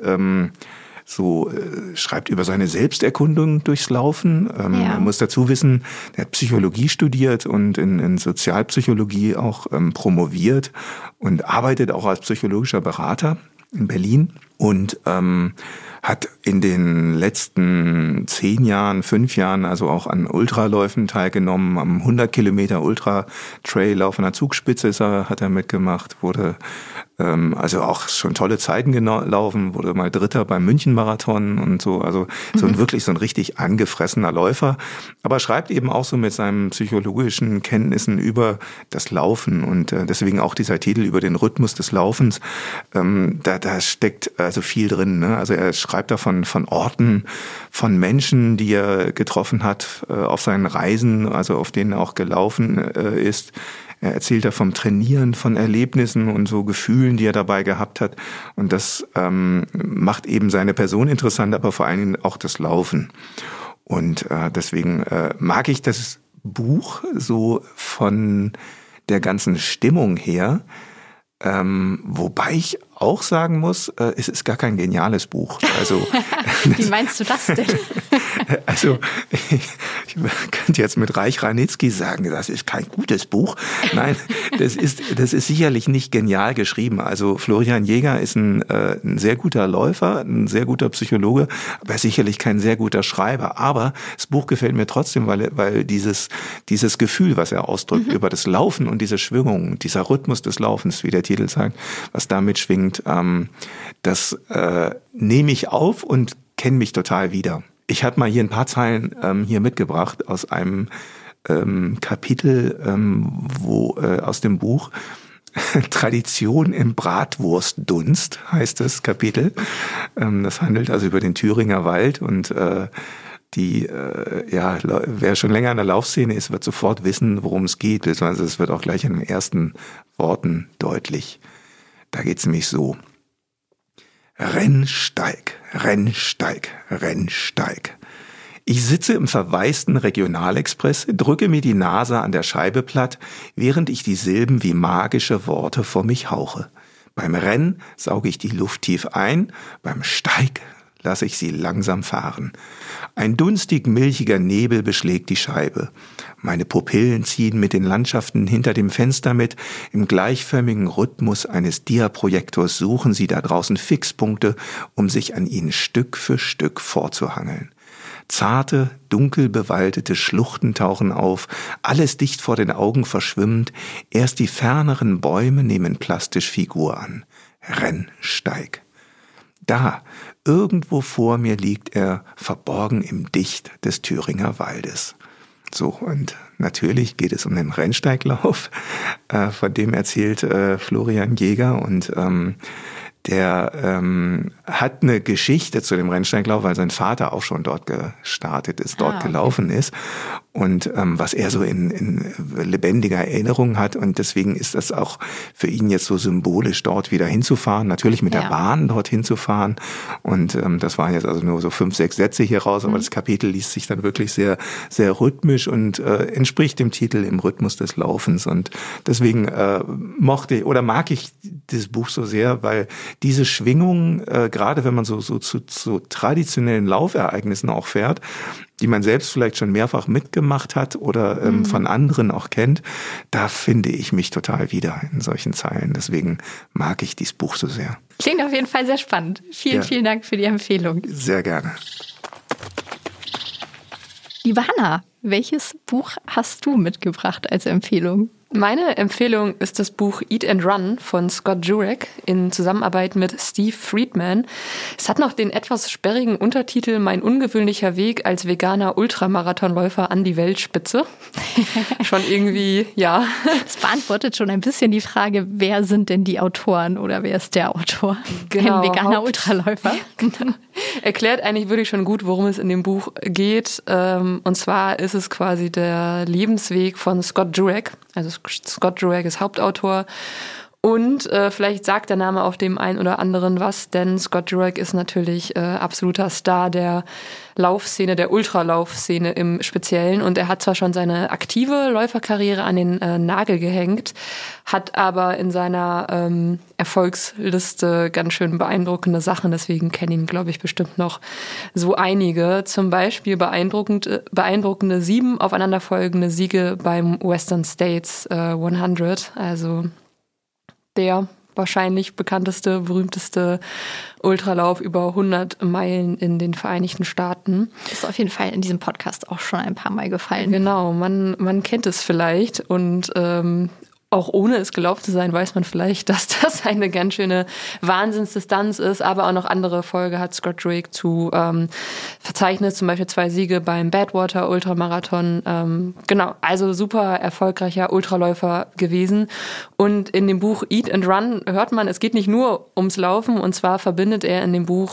schreibt über seine Selbsterkundung durchs Laufen. Man muss dazu wissen, er hat Psychologie studiert und in Sozialpsychologie auch promoviert und arbeitet auch als psychologischer Berater in Berlin und hat in den letzten 5 Jahren also auch an Ultraläufen teilgenommen, am 100 Kilometer Ultra-Trail-Lauf an der Zugspitze hat er mitgemacht, wurde also auch schon tolle Zeiten gelaufen, wurde mal Dritter beim München-Marathon und so, also wirklich so ein richtig angefressener Läufer, aber schreibt eben auch so mit seinen psychologischen Kenntnissen über das Laufen und deswegen auch dieser Titel über den Rhythmus des Laufens, da steckt also viel drin, ne? Also er schreibt davon von Orten, von Menschen, die er getroffen hat auf seinen Reisen, also auf denen er auch gelaufen ist. Er erzählt da vom Trainieren, von Erlebnissen und so Gefühlen, die er dabei gehabt hat. Und das macht eben seine Person interessant, aber vor allen Dingen auch das Laufen. Und deswegen mag ich das Buch so von der ganzen Stimmung her. Wobei ich auch sagen muss, es ist gar kein geniales Buch. Also wie meinst du das denn? Also ich könnte jetzt mit Reich Ranitzky sagen, das ist kein gutes Buch. Nein, das ist sicherlich nicht genial geschrieben. Also Florian Jäger ist ein sehr guter Läufer, ein sehr guter Psychologe, aber sicherlich kein sehr guter Schreiber. Aber das Buch gefällt mir trotzdem, weil dieses Gefühl, was er ausdrückt über das Laufen und diese Schwingung, dieser Rhythmus des Laufens, wie der Titel sagt, was damit schwingt, das nehme ich auf und kenne mich total wieder. Ich habe mal hier ein paar Zeilen hier mitgebracht aus einem Kapitel aus dem Buch Tradition im Bratwurstdunst heißt das Kapitel. Das handelt also über den Thüringer Wald und wer schon länger in der Laufszene ist, wird sofort wissen, worum es geht, beziehungsweise es wird auch gleich in den ersten Worten deutlich. Da geht es nämlich so. Rennsteig, Rennsteig, Rennsteig. Ich sitze im verwaisten Regionalexpress, drücke mir die Nase an der Scheibe platt, während ich die Silben wie magische Worte vor mich hauche. Beim Rennen sauge ich die Luft tief ein, beim Steig lasse ich sie langsam fahren. Ein dunstig-milchiger Nebel beschlägt die Scheibe. Meine Pupillen ziehen mit den Landschaften hinter dem Fenster mit. Im gleichförmigen Rhythmus eines Diaprojektors suchen sie da draußen Fixpunkte, um sich an ihnen Stück für Stück vorzuhangeln. Zarte, dunkel bewaldete Schluchten tauchen auf, alles dicht vor den Augen verschwimmend, erst die ferneren Bäume nehmen plastisch Figur an. Rennsteig. Da, irgendwo vor mir liegt er, verborgen im Dicht des Thüringer Waldes. So, und natürlich geht es um den Rennsteiglauf, von dem erzählt Florian Jäger, und der hat eine Geschichte zu dem Rennsteiglauf, weil sein Vater auch schon dort gestartet ist, dort gelaufen ist, und was er so in lebendiger Erinnerung hat, und deswegen ist das auch für ihn jetzt so symbolisch, dort wieder hinzufahren, natürlich mit der Bahn dorthin zu fahren, und das waren jetzt also nur so 5, 6 Sätze hier raus, aber das Kapitel liest sich dann wirklich sehr, sehr rhythmisch und entspricht dem Titel Im Rhythmus des Laufens, und deswegen mag ich das Buch so sehr, weil diese Schwingung, gerade wenn man so zu traditionellen Laufereignissen auch fährt, die man selbst vielleicht schon mehrfach mitgemacht hat oder von anderen auch kennt, da finde ich mich total wieder in solchen Zeilen. Deswegen mag ich dieses Buch so sehr. Klingt auf jeden Fall sehr spannend. Vielen Dank für die Empfehlung. Sehr gerne. Liebe Hanna, welches Buch hast du mitgebracht als Empfehlung? Meine Empfehlung ist das Buch Eat and Run von Scott Jurek in Zusammenarbeit mit Steve Friedman. Es hat noch den etwas sperrigen Untertitel Mein ungewöhnlicher Weg als veganer Ultramarathonläufer an die Weltspitze. Schon irgendwie, ja. Das beantwortet schon ein bisschen die Frage, wer sind denn die Autoren oder wer ist der Autor? Genau, ein veganer Ultraläufer. Erklärt eigentlich wirklich schon gut, worum es in dem Buch geht. Und zwar ist es quasi der Lebensweg von Scott Jurek. Also Scott Jurek ist Hauptautor. Und vielleicht sagt der Name auch dem einen oder anderen was, denn Scott Jurek ist natürlich absoluter Star der Laufszene, der Ultralaufszene im Speziellen. Und er hat zwar schon seine aktive Läuferkarriere an den Nagel gehängt, hat aber in seiner Erfolgsliste ganz schön beeindruckende Sachen. Deswegen kennen ihn, glaube ich, bestimmt noch so einige. Zum Beispiel beeindruckende 7 aufeinanderfolgende Siege beim Western States 100. Also der wahrscheinlich bekannteste, berühmteste Ultralauf über 100 Meilen in den Vereinigten Staaten. Ist auf jeden Fall in diesem Podcast auch schon ein paar Mal gefallen. Genau, man kennt es vielleicht, und auch ohne es gelaufen zu sein, weiß man vielleicht, dass das eine ganz schöne Wahnsinnsdistanz ist, aber auch noch andere Folge hat Scott Jurek zu verzeichnet, zum Beispiel 2 Siege beim Badwater Ultramarathon. Genau, also super erfolgreicher Ultraläufer gewesen. Und in dem Buch Eat and Run hört man, es geht nicht nur ums Laufen, und zwar verbindet er in dem Buch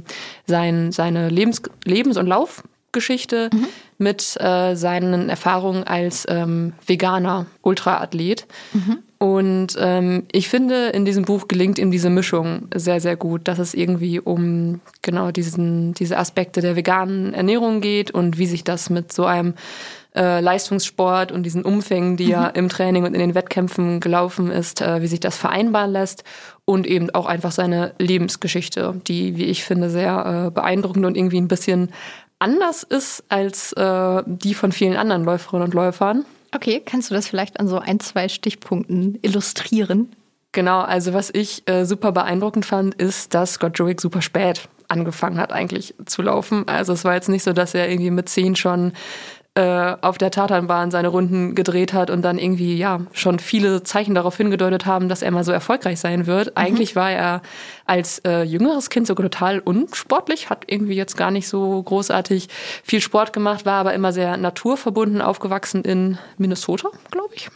seine Lebens- und Laufgeschichte mit seinen Erfahrungen als veganer Ultraathlet. Und ich finde, in diesem Buch gelingt ihm diese Mischung sehr, sehr gut, dass es irgendwie um genau diese Aspekte der veganen Ernährung geht und wie sich das mit so einem Leistungssport und diesen Umfängen, die ja im Training und in den Wettkämpfen gelaufen ist, wie sich das vereinbaren lässt, und eben auch einfach seine Lebensgeschichte, die, wie ich finde, sehr beeindruckend und irgendwie ein bisschen anders ist als die von vielen anderen Läuferinnen und Läufern. Okay, kannst du das vielleicht an so 1, 2 Stichpunkten illustrieren? Genau, also was ich super beeindruckend fand, ist, dass Scott Jurek super spät angefangen hat eigentlich zu laufen. Also es war jetzt nicht so, dass er irgendwie mit 10 schon auf der Tatanbahn seine Runden gedreht hat und dann irgendwie schon viele Zeichen darauf hingedeutet haben, dass er mal so erfolgreich sein wird. Eigentlich war er als jüngeres Kind sogar total unsportlich, hat irgendwie jetzt gar nicht so großartig viel Sport gemacht, war aber immer sehr naturverbunden, aufgewachsen in Minnesota, glaube ich.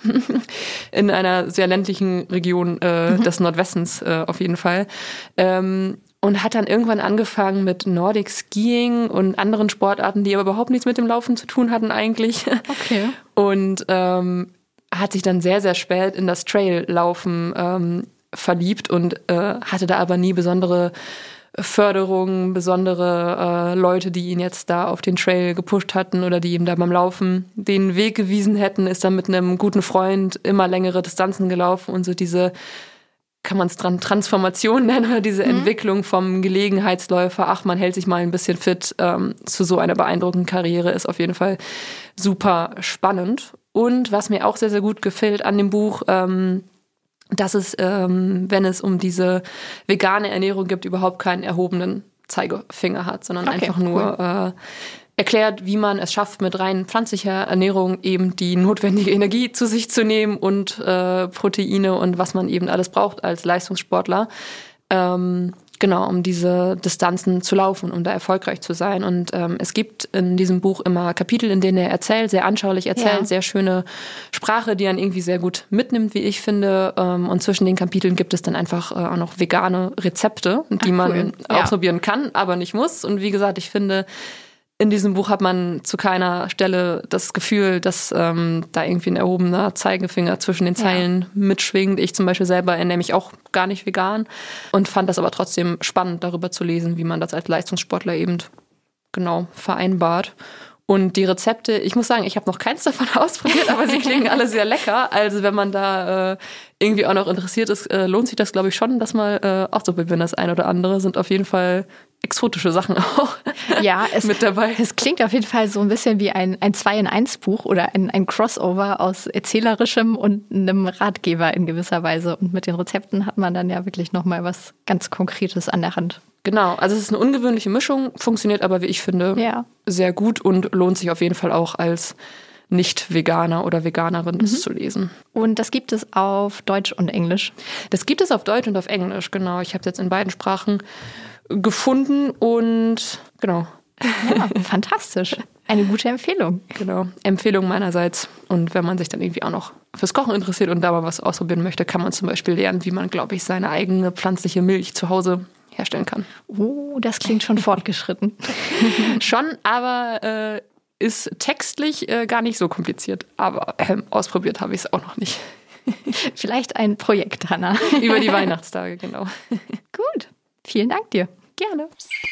In einer sehr ländlichen Region des Nordwestens auf jeden Fall. und hat dann irgendwann angefangen mit Nordic Skiing und anderen Sportarten, die aber überhaupt nichts mit dem Laufen zu tun hatten eigentlich. Okay. Und hat sich dann sehr, sehr spät in das Traillaufen verliebt und hatte da aber nie besondere Förderung, besondere Leute, die ihn jetzt da auf den Trail gepusht hatten oder die ihm da beim Laufen den Weg gewiesen hätten, ist dann mit einem guten Freund immer längere Distanzen gelaufen und so diese, kann man es Transformation nennen, oder diese Entwicklung vom Gelegenheitsläufer, ach, man hält sich mal ein bisschen fit, zu so einer beeindruckenden Karriere ist auf jeden Fall super spannend. Und was mir auch sehr, sehr gut gefällt an dem Buch, dass es, wenn es um diese vegane Ernährung gibt, überhaupt keinen erhobenen Zeigefinger hat, sondern einfach nur erklärt, wie man es schafft, mit rein pflanzlicher Ernährung eben die notwendige Energie zu sich zu nehmen und Proteine und was man eben alles braucht als Leistungssportler. Genau, um diese Distanzen zu laufen, um da erfolgreich zu sein. Und es gibt in diesem Buch immer Kapitel, in denen er erzählt, sehr anschaulich erzählt, sehr schöne Sprache, die er irgendwie sehr gut mitnimmt, wie ich finde. Und zwischen den Kapiteln gibt es dann einfach auch noch vegane Rezepte, die man ausprobieren kann, aber nicht muss. Und wie gesagt, ich finde, in diesem Buch hat man zu keiner Stelle das Gefühl, dass da irgendwie ein erhobener Zeigefinger zwischen den Zeilen mitschwingt. Ich zum Beispiel selber ernähre mich auch gar nicht vegan und fand das aber trotzdem spannend, darüber zu lesen, wie man das als Leistungssportler eben genau vereinbart. Und die Rezepte, ich muss sagen, ich habe noch keins davon ausprobiert, aber sie klingen alle sehr lecker. Also wenn man da irgendwie auch noch interessiert ist, lohnt sich das, glaube ich, schon, das mal auszuprobieren. Das ein oder andere sind auf jeden Fall exotische Sachen auch mit dabei. Es klingt auf jeden Fall so ein bisschen wie ein 2-in-1-Buch oder ein Crossover aus Erzählerischem und einem Ratgeber in gewisser Weise. Und mit den Rezepten hat man dann ja wirklich nochmal was ganz Konkretes an der Hand. Genau, also es ist eine ungewöhnliche Mischung, funktioniert aber, wie ich finde, sehr gut und lohnt sich auf jeden Fall auch als Nicht-Veganer oder Veganerin, das zu lesen. Und das gibt es auf Deutsch und Englisch? Das gibt es auf Deutsch und auf Englisch, genau. Ich habe es jetzt in beiden Sprachen gefunden und genau. Ja, fantastisch. Eine gute Empfehlung. Genau, Empfehlung meinerseits. Und wenn man sich dann irgendwie auch noch fürs Kochen interessiert und da mal was ausprobieren möchte, kann man zum Beispiel lernen, wie man, glaube ich, seine eigene pflanzliche Milch zu Hause herstellen kann. Oh, das klingt schon fortgeschritten. Schon, aber ist textlich gar nicht so kompliziert. Aber ausprobiert habe ich es auch noch nicht. Vielleicht ein Projekt, Hannah. Über die Weihnachtstage, genau. Gut, vielen Dank dir. Gerne.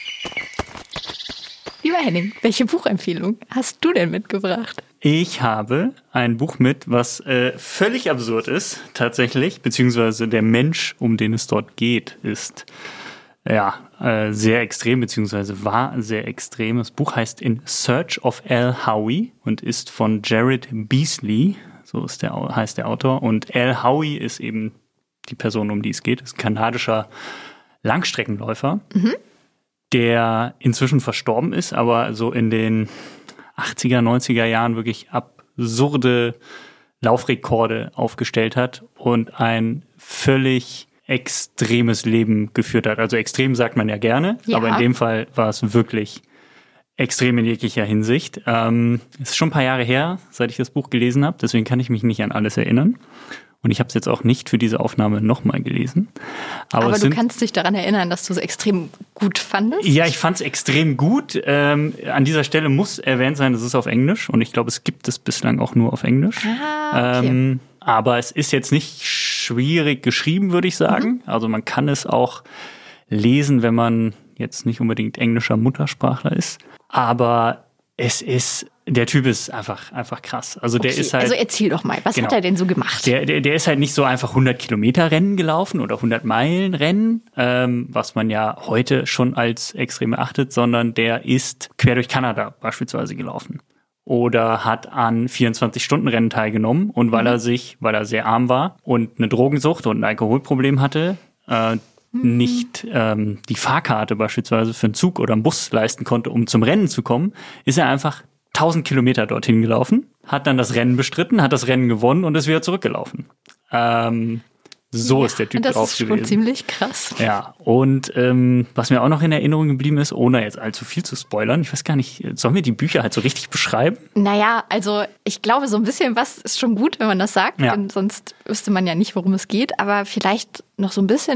Lieber Henning, welche Buchempfehlung hast du denn mitgebracht? Ich habe ein Buch mit, was völlig absurd ist, tatsächlich, beziehungsweise der Mensch, um den es dort geht, ist sehr extrem, beziehungsweise war sehr extrem. Das Buch heißt In Search of Al Howie und ist von Jared Beasley, so ist heißt der Autor. Und Al Howie ist eben die Person, um die es geht, ist ein kanadischer Langstreckenläufer, der inzwischen verstorben ist, aber so in den 80er, 90er Jahren wirklich absurde Laufrekorde aufgestellt hat und ein völlig extremes Leben geführt hat. Also extrem sagt man ja gerne, aber in dem Fall war es wirklich extrem in jeglicher Hinsicht. Es ist schon ein paar Jahre her, seit ich das Buch gelesen habe, deswegen kann ich mich nicht an alles erinnern. Und ich habe es jetzt auch nicht für diese Aufnahme nochmal gelesen. Aber du kannst dich daran erinnern, dass du es extrem gut fandest? Ja, ich fand es extrem gut. An dieser Stelle muss erwähnt sein, es ist auf Englisch. Und ich glaube, es gibt es bislang auch nur auf Englisch. Okay. Aber es ist jetzt nicht schwierig geschrieben, würde ich sagen. Also man kann es auch lesen, wenn man jetzt nicht unbedingt englischer Muttersprachler ist. Aber der Typ ist einfach krass. Also der ist halt. Also erzähl doch mal, was hat er denn so gemacht? Der ist halt nicht so einfach 100 Kilometer Rennen gelaufen oder 100 Meilen Rennen, was man ja heute schon als extrem achtet, sondern der ist quer durch Kanada beispielsweise gelaufen. Oder hat an 24-Stunden-Rennen teilgenommen und weil er sehr arm war und eine Drogensucht und ein Alkoholproblem hatte, nicht die Fahrkarte beispielsweise für einen Zug oder einen Bus leisten konnte, um zum Rennen zu kommen, ist er einfach 1000 Kilometer dorthin gelaufen, hat dann das Rennen bestritten, hat das Rennen gewonnen und ist wieder zurückgelaufen. So ist der Typ drauf gewesen. Das ist schon ziemlich krass. Ja, und was mir auch noch in Erinnerung geblieben ist, ohne jetzt allzu viel zu spoilern, ich weiß gar nicht, sollen wir die Bücher halt so richtig beschreiben? Naja, also ich glaube, so ein bisschen was ist schon gut, wenn man das sagt, denn sonst wüsste man ja nicht, worum es geht, aber vielleicht noch so ein bisschen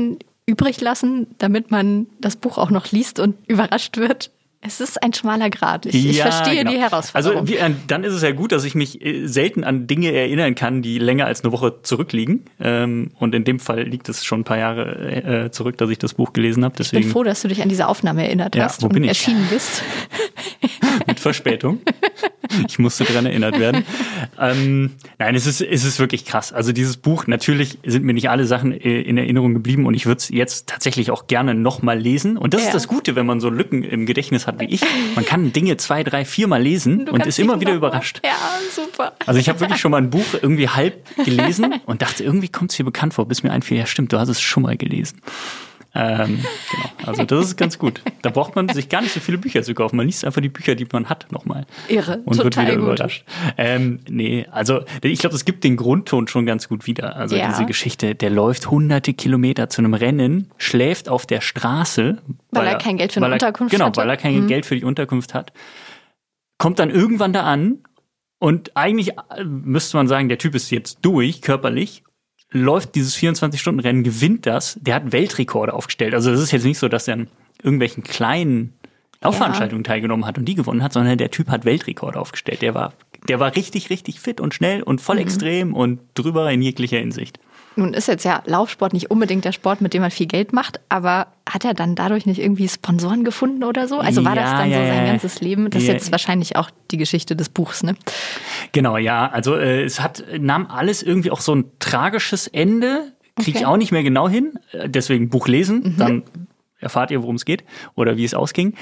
übrig lassen, damit man das Buch auch noch liest und überrascht wird? Es ist ein schmaler Grat. Ich verstehe die Herausforderung. Also dann ist es ja gut, dass ich mich selten an Dinge erinnern kann, die länger als eine Woche zurückliegen. Und in dem Fall liegt es schon ein paar Jahre zurück, dass ich das Buch gelesen habe. Deswegen, ich bin froh, dass du dich an diese Aufnahme erinnert hast und erschienen bist. Mit Verspätung. Ich musste dran erinnert werden. Nein, es ist wirklich krass. Also dieses Buch, natürlich sind mir nicht alle Sachen in Erinnerung geblieben und ich würde es jetzt tatsächlich auch gerne nochmal lesen. Und das ist das Gute, wenn man so Lücken im Gedächtnis hat wie ich. Man kann Dinge 2, 3, 4 Mal lesen und ist immer wieder überrascht. Ja, super. Also ich habe wirklich schon mal ein Buch irgendwie halb gelesen und dachte, irgendwie kommt es hier bekannt vor, bis mir einfiel, ja stimmt, du hast es schon mal gelesen. Genau. Also das ist ganz gut. Da braucht man sich gar nicht so viele Bücher zu kaufen. Man liest einfach die Bücher, die man hat, nochmal. Irre, und total wird wieder gut. Überrascht. Nee, also ich glaube, es gibt den Grundton schon ganz gut wieder. Also diese Geschichte, der läuft 100 Kilometer zu einem Rennen, schläft auf der Straße. Weil er kein Geld für eine Unterkunft hat. Genau, weil er kein Geld für die Unterkunft hat. Kommt dann irgendwann da an und eigentlich müsste man sagen, der Typ ist jetzt durch, körperlich, läuft dieses 24-Stunden-Rennen, gewinnt das, der hat Weltrekorde aufgestellt. Also es ist jetzt nicht so, dass er an irgendwelchen kleinen Laufveranstaltungen teilgenommen hat und die gewonnen hat, sondern der Typ hat Weltrekorde aufgestellt. Der war richtig, richtig fit und schnell und voll extrem und drüber in jeglicher Hinsicht. Nun ist jetzt ja Laufsport nicht unbedingt der Sport, mit dem man viel Geld macht, aber hat er dann dadurch nicht irgendwie Sponsoren gefunden oder so? Also war das dann so sein ganzes Leben? Das ist jetzt wahrscheinlich auch die Geschichte des Buchs, ne? Genau, ja. Also es nahm alles irgendwie auch so ein tragisches Ende. Kriege ich auch nicht mehr genau hin. Deswegen Buch lesen, dann erfahrt ihr, worum es geht oder wie es ausging.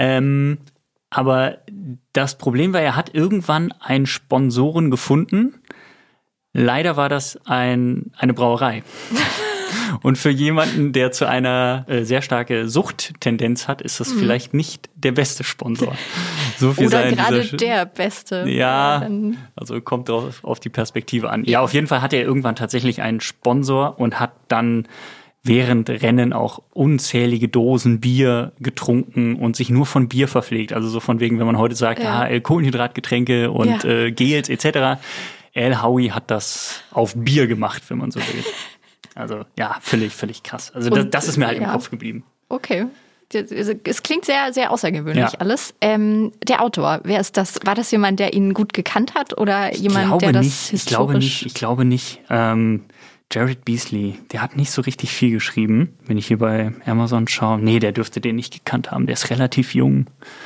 Aber das Problem war, er hat irgendwann einen Sponsoren gefunden. Leider war das eine Brauerei. Und für jemanden, der zu einer sehr starke Suchttendenz hat, ist das vielleicht nicht der beste Sponsor. So viel oder gerade der beste. Ja, also kommt auf die Perspektive an. Ja, auf jeden Fall hatte er irgendwann tatsächlich einen Sponsor und hat dann während Rennen auch unzählige Dosen Bier getrunken und sich nur von Bier verpflegt. Also so von wegen, wenn man heute sagt, Kohlenhydratgetränke und Gels etc., Al Howie hat das auf Bier gemacht, wenn man so will. Also ja, völlig krass. Also das ist mir halt im Kopf geblieben. Okay. Es klingt sehr, sehr außergewöhnlich alles. Der Autor, wer ist das? War das jemand, der ihn gut gekannt hat oder jemand, der das historisch... Ich glaube nicht. Jared Beasley, der hat nicht so richtig viel geschrieben. Wenn ich hier bei Amazon schaue, nee, der dürfte den nicht gekannt haben. Der ist relativ jung.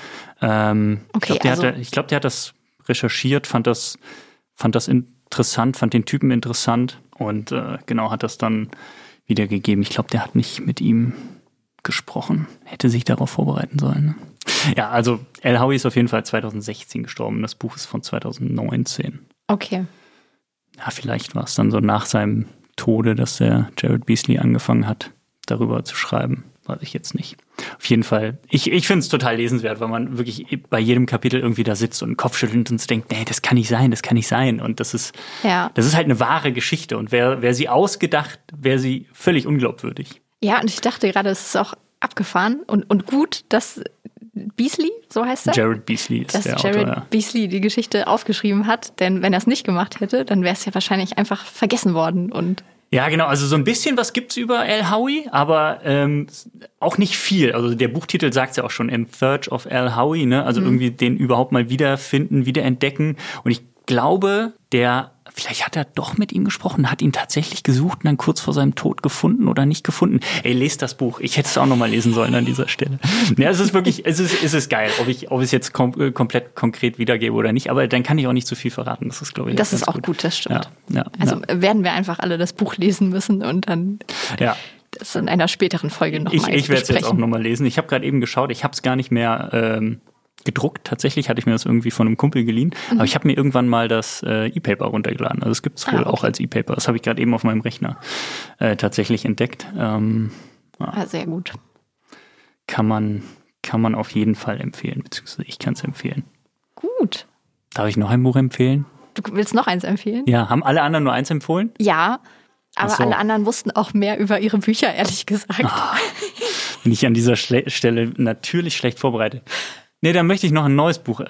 Ich glaube, der hat das recherchiert, fand das interessant, fand den Typen interessant und hat das dann wiedergegeben. Ich glaube, der hat nicht mit ihm gesprochen. Hätte sich darauf vorbereiten sollen. Ne? Ja, also Al Howie ist auf jeden Fall 2016 gestorben. Das Buch ist von 2019. Okay. Ja, vielleicht war es dann so nach seinem Tode, dass der Jared Beasley angefangen hat, darüber zu schreiben. Weiß ich jetzt nicht. Auf jeden Fall, ich finde es total lesenswert, weil man wirklich bei jedem Kapitel irgendwie da sitzt und den Kopf schüttelt und denkt, nee, das kann nicht sein. Und das ist halt eine wahre Geschichte. Und wäre sie ausgedacht, wäre sie völlig unglaubwürdig. Ja, und ich dachte gerade, es ist auch abgefahren und gut, dass Beasley, so heißt er? Jared Beasley ist der Autor, Jared Beasley die Geschichte aufgeschrieben hat. Denn wenn er es nicht gemacht hätte, dann wäre es ja wahrscheinlich einfach vergessen worden. Ja, genau. Also so ein bisschen was gibt's über Al Howie, aber auch nicht viel. Also der Buchtitel sagt ja auch schon, In Search of Al Howie, ne? Also irgendwie den überhaupt mal wiederfinden, wiederentdecken. Und ich glaube, vielleicht hat er doch mit ihm gesprochen, hat ihn tatsächlich gesucht und dann kurz vor seinem Tod gefunden oder nicht gefunden. Ey, lest das Buch. Ich hätte es auch noch mal lesen sollen an dieser Stelle. Ja, es ist wirklich, es ist geil, ob ich es jetzt komplett konkret wiedergebe oder nicht. Aber dann kann ich auch nicht zu viel verraten. Das ist, glaube ich, das ist auch gut, das stimmt. Ja, werden wir einfach alle das Buch lesen müssen und dann das in einer späteren Folge noch mal besprechen. Ich werde es jetzt auch noch mal lesen. Ich habe gerade eben geschaut, ich habe es gar nicht mehr gedruckt. Tatsächlich hatte ich mir das irgendwie von einem Kumpel geliehen. Aber ich habe mir irgendwann mal das E-Paper runtergeladen. Also es gibt es wohl auch als E-Paper. Das habe ich gerade eben auf meinem Rechner tatsächlich entdeckt. Sehr gut. Kann man auf jeden Fall empfehlen, beziehungsweise ich kann es empfehlen. Gut. Darf ich noch ein Buch empfehlen? Du willst noch eins empfehlen? Ja, haben alle anderen nur eins empfohlen? Ja, aber alle anderen wussten auch mehr über ihre Bücher, ehrlich gesagt. Bin ich an dieser Stelle natürlich schlecht vorbereitet. Nee, dann möchte ich noch ein neues Buch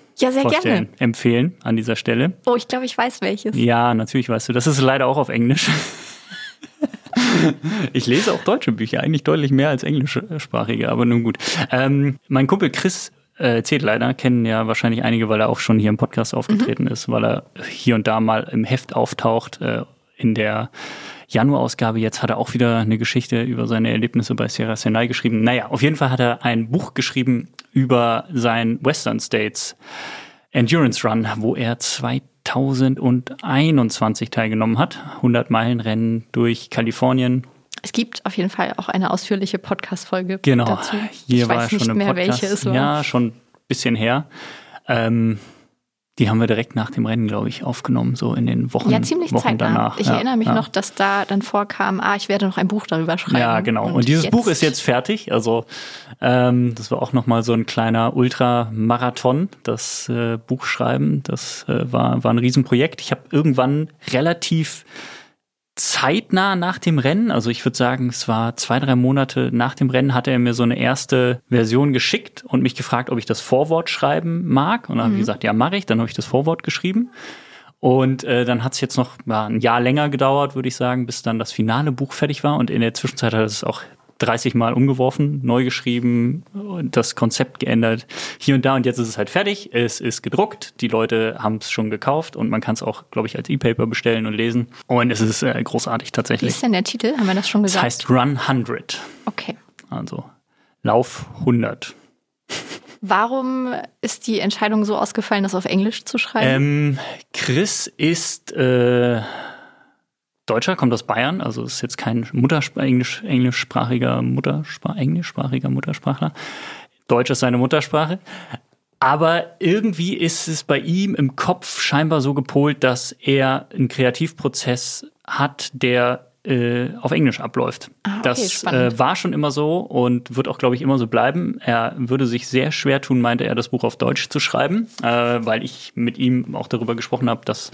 empfehlen an dieser Stelle. Oh, ich glaube, ich weiß welches. Ja, natürlich weißt du. Das ist leider auch auf Englisch. Ich lese auch deutsche Bücher, eigentlich deutlich mehr als englischsprachige, aber nun gut. Mein Kumpel Chris Zedleiter kennen ja wahrscheinlich einige, weil er auch schon hier im Podcast aufgetreten ist, weil er hier und da mal im Heft auftaucht. In der Januarausgabe jetzt hat er auch wieder eine Geschichte über seine Erlebnisse bei Sierra Sinai geschrieben. Naja, auf jeden Fall hat er ein Buch geschrieben über sein Western States Endurance Run, wo er 2021 teilgenommen hat. 100-Meilen-Rennen durch Kalifornien. Es gibt auf jeden Fall auch eine ausführliche Podcast-Folge Genau, dazu. hier ich war weiß schon nicht im mehr, Podcast. welche es war. Ja, schon ein bisschen her. Die haben wir direkt nach dem Rennen, glaube ich, aufgenommen, so in den Wochen, ziemlich Wochen zeitnah. danach. Ich erinnere mich noch, dass da dann vorkam, ich werde noch ein Buch darüber schreiben. Ja, genau. Und dieses Buch ist jetzt fertig. Also das war auch nochmal so ein kleiner Ultramarathon, das Buch schreiben. Das war ein Riesenprojekt. Ich habe irgendwann relativ zeitnah nach dem Rennen, also ich würde sagen, es war 2-3 Monate nach dem Rennen, hatte er mir so eine erste Version geschickt und mich gefragt, ob ich das Vorwort schreiben mag. Und dann habe ich gesagt, ja, mache ich. Dann habe ich das Vorwort geschrieben. Und dann hat es jetzt noch ein Jahr länger gedauert, würde ich sagen, bis dann das finale Buch fertig war. Und in der Zwischenzeit hat er es auch 30 Mal umgeworfen, neu geschrieben, das Konzept geändert, hier und da. Und jetzt ist es halt fertig. Es ist gedruckt. Die Leute haben es schon gekauft und man kann es auch, glaube ich, als E-Paper bestellen und lesen. Und es ist großartig tatsächlich. Wie ist denn der Titel? Haben wir das schon gesagt? Das heißt Run 100. Okay. Also Lauf 100. Warum ist die Entscheidung so ausgefallen, das auf Englisch zu schreiben? Chris ist Deutscher, kommt aus Bayern, also ist jetzt kein englischsprachiger Muttersprachler. Deutsch ist seine Muttersprache. Aber irgendwie ist es bei ihm im Kopf scheinbar so gepolt, dass er einen Kreativprozess hat, der auf Englisch abläuft. Okay, das war schon immer so und wird auch, glaube ich, immer so bleiben. Er würde sich sehr schwer tun, meinte er, das Buch auf Deutsch zu schreiben, weil ich mit ihm auch darüber gesprochen habe, dass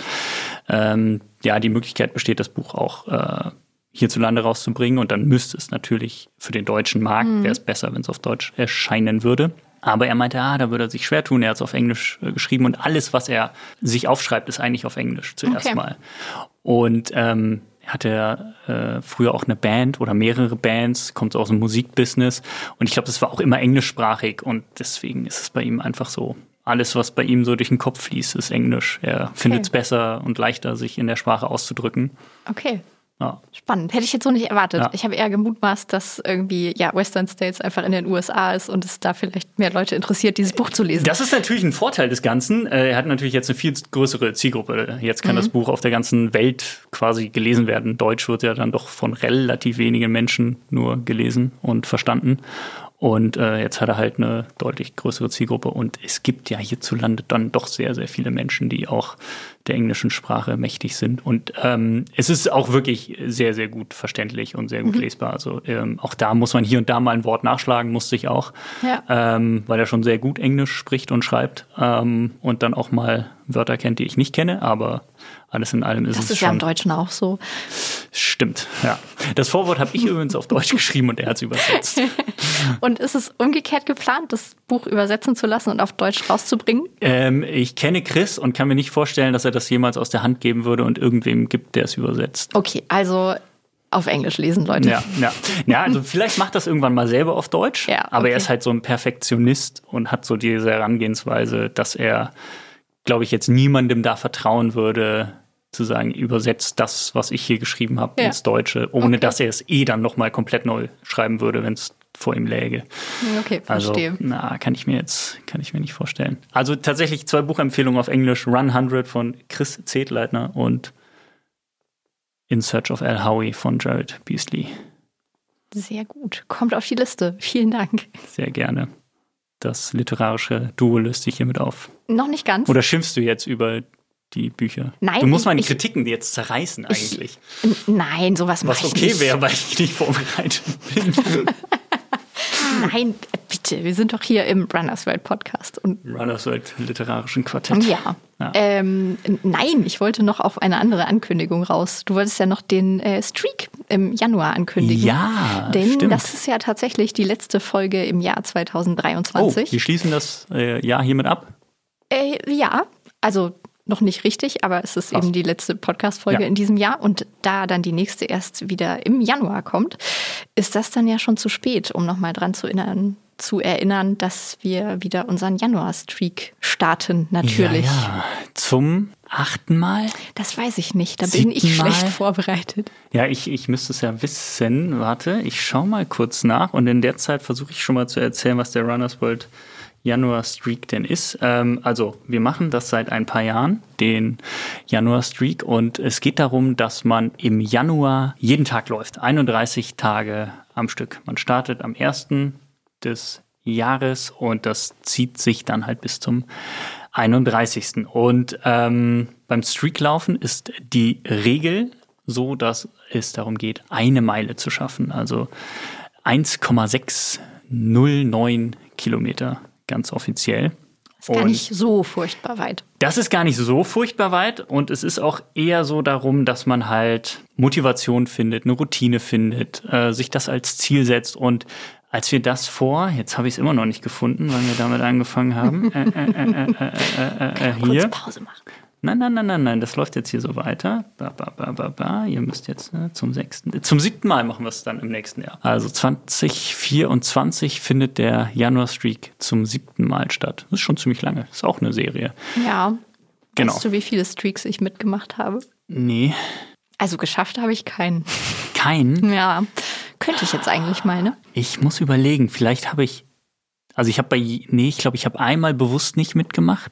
die Möglichkeit besteht, das Buch auch hierzulande rauszubringen. Und dann müsste es natürlich für den deutschen Markt, wäre es besser, wenn es auf Deutsch erscheinen würde. Aber er meinte, da würde er sich schwer tun. Er hat es auf Englisch geschrieben und alles, was er sich aufschreibt, ist eigentlich auf Englisch zuerst mal. Und hatte er früher auch eine Band oder mehrere Bands, kommt aus dem Musikbusiness. Und ich glaube, das war auch immer englischsprachig. Und deswegen ist es bei ihm einfach so. Alles, was bei ihm so durch den Kopf fließt, ist Englisch. Er findet es besser und leichter, sich in der Sprache auszudrücken. Okay. Ja. Spannend. Hätte ich jetzt so nicht erwartet. Ja. Ich habe eher gemutmaßt, dass irgendwie Western States einfach in den USA ist und es da vielleicht mehr Leute interessiert, dieses Buch zu lesen. Das ist natürlich ein Vorteil des Ganzen. Er hat natürlich jetzt eine viel größere Zielgruppe. Jetzt kann das Buch auf der ganzen Welt quasi gelesen werden. Deutsch wird ja dann doch von relativ wenigen Menschen nur gelesen und verstanden. Und jetzt hat er halt eine deutlich größere Zielgruppe. Und es gibt ja hierzulande dann doch sehr, sehr viele Menschen, die auch der englischen Sprache mächtig sind. Und es ist auch wirklich sehr, sehr gut verständlich und sehr gut lesbar. Also auch da muss man hier und da mal ein Wort nachschlagen, musste ich auch. Ja. Weil er schon sehr gut Englisch spricht und schreibt. Und dann auch mal Wörter kennt, die ich nicht kenne. Aber alles in allem ist es schon... Das ist ja im Deutschen auch so. Stimmt, ja. Das Vorwort habe ich übrigens auf Deutsch geschrieben und er hat es übersetzt. Und ist es umgekehrt geplant, das Buch übersetzen zu lassen und auf Deutsch rauszubringen? Ich kenne Chris und kann mir nicht vorstellen, dass er das jemals aus der Hand geben würde und irgendwem gibt, der es übersetzt. Okay, also auf Englisch lesen, Leute. Ja, also vielleicht macht das irgendwann mal selber auf Deutsch, aber er ist halt so ein Perfektionist und hat so diese Herangehensweise, dass er, glaube ich, jetzt niemandem da vertrauen würde, zu sagen, übersetzt das, was ich hier geschrieben habe, ins Deutsche, ohne dass er es dann nochmal komplett neu schreiben würde, wenn es vor ihm läge. Okay, verstehe. Also, kann ich mir nicht vorstellen. Also tatsächlich 2 Buchempfehlungen auf Englisch. Run 100 von Chris Zedleiter und In Search of Al Howie von Jared Beasley. Sehr gut. Kommt auf die Liste. Vielen Dank. Sehr gerne. Das literarische Duo löst sich hiermit auf. Noch nicht ganz. Oder schimpfst du jetzt über die Bücher? Nein. Du musst meine Kritiken jetzt zerreißen eigentlich. Nein, sowas mache ich nicht. Was okay wäre, weil ich nicht vorbereitet bin. Nein, bitte. Wir sind doch hier im Runners World Podcast. Und Runners World literarischen Quartett. Ja. Nein, ich wollte noch auf eine andere Ankündigung raus. Du wolltest ja noch den Streak im Januar ankündigen. Ja, denn stimmt. Das ist ja tatsächlich die letzte Folge im Jahr 2023. Oh, wir schließen das Jahr hiermit ab? Ja, also noch nicht richtig, aber es ist eben die letzte Podcast-Folge in diesem Jahr. Und da dann die nächste erst wieder im Januar kommt, ist das dann ja schon zu spät, um nochmal dran zu erinnern, dass wir wieder unseren Januar-Streak starten, natürlich. Ja. Zum 8. Mal? Das weiß ich nicht, da bin ich schlecht vorbereitet. Ja, ich müsste es ja wissen. Warte, ich schaue mal kurz nach und in der Zeit versuche ich schon mal zu erzählen, was der Runners World Januar-Streak denn ist. Also wir machen das seit ein paar Jahren, den Januar-Streak, und es geht darum, dass man im Januar jeden Tag läuft, 31 Tage am Stück. Man startet am 1. des Jahres und das zieht sich dann halt bis zum 31. Und beim Streaklaufen ist die Regel so, dass es darum geht, 1 Meile zu schaffen, also 1,609 Kilometer. Ganz offiziell. Das ist gar nicht so furchtbar weit. Das ist gar nicht so furchtbar weit und es ist auch eher so darum, dass man halt Motivation findet, eine Routine findet, sich das als Ziel setzt. Und als wir das jetzt habe ich es immer noch nicht gefunden, weil wir damit angefangen haben. Hier. Kurz Pause machen. Nein, das läuft jetzt hier so weiter. Ihr müsst jetzt zum 7. Mal machen wir es dann im nächsten Jahr. Also 2024 findet der Januar-Streak zum 7. Mal statt. Das ist schon ziemlich lange. Das ist auch eine Serie. Ja. Genau. Weißt du, wie viele Streaks ich mitgemacht habe? Nee. Also geschafft habe ich keinen. Keinen? Ja. Könnte ich jetzt eigentlich mal, ne? Ich muss überlegen. Vielleicht habe ich... Also ich glaube, ich habe einmal bewusst nicht mitgemacht.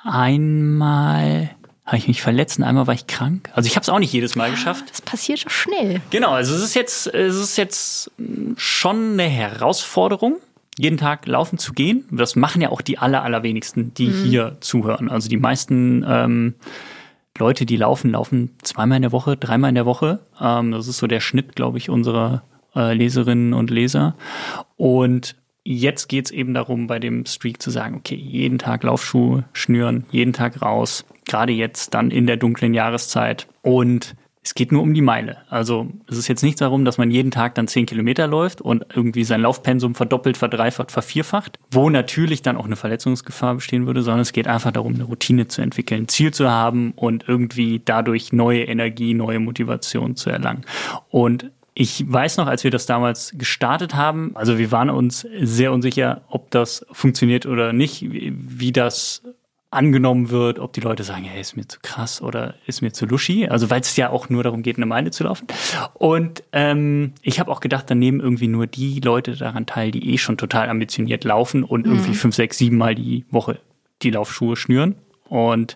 Einmal habe ich mich verletzt und einmal war ich krank. Also ich habe es auch nicht jedes Mal geschafft. Das passiert doch schnell. Genau, also es ist jetzt schon eine Herausforderung, jeden Tag laufen zu gehen. Das machen ja auch die allerwenigsten, die hier zuhören. Also die meisten Leute, die laufen 2-mal in der Woche, 3-mal in der Woche. Das ist so der Schnitt, glaube ich, unserer Leserinnen und Leser. Und jetzt geht es eben darum, bei dem Streak zu sagen, okay, jeden Tag Laufschuhe schnüren, jeden Tag raus, gerade jetzt dann in der dunklen Jahreszeit. Und es geht nur um die Meile. Also es ist jetzt nicht darum, dass man jeden Tag dann 10 Kilometer läuft und irgendwie sein Laufpensum verdoppelt, verdreifacht, vervierfacht, wo natürlich dann auch eine Verletzungsgefahr bestehen würde, sondern es geht einfach darum, eine Routine zu entwickeln, ein Ziel zu haben und irgendwie dadurch neue Energie, neue Motivation zu erlangen. Und ich weiß noch, als wir das damals gestartet haben, also wir waren uns sehr unsicher, ob das funktioniert oder nicht, wie das angenommen wird, ob die Leute sagen, hey, ist mir zu krass oder ist mir zu luschi, also weil es ja auch nur darum geht, eine Meile zu laufen. Und ich habe auch gedacht, dann nehmen irgendwie nur die Leute daran teil, die schon total ambitioniert laufen und irgendwie 5, 6, 7 Mal die Woche die Laufschuhe schnüren. Und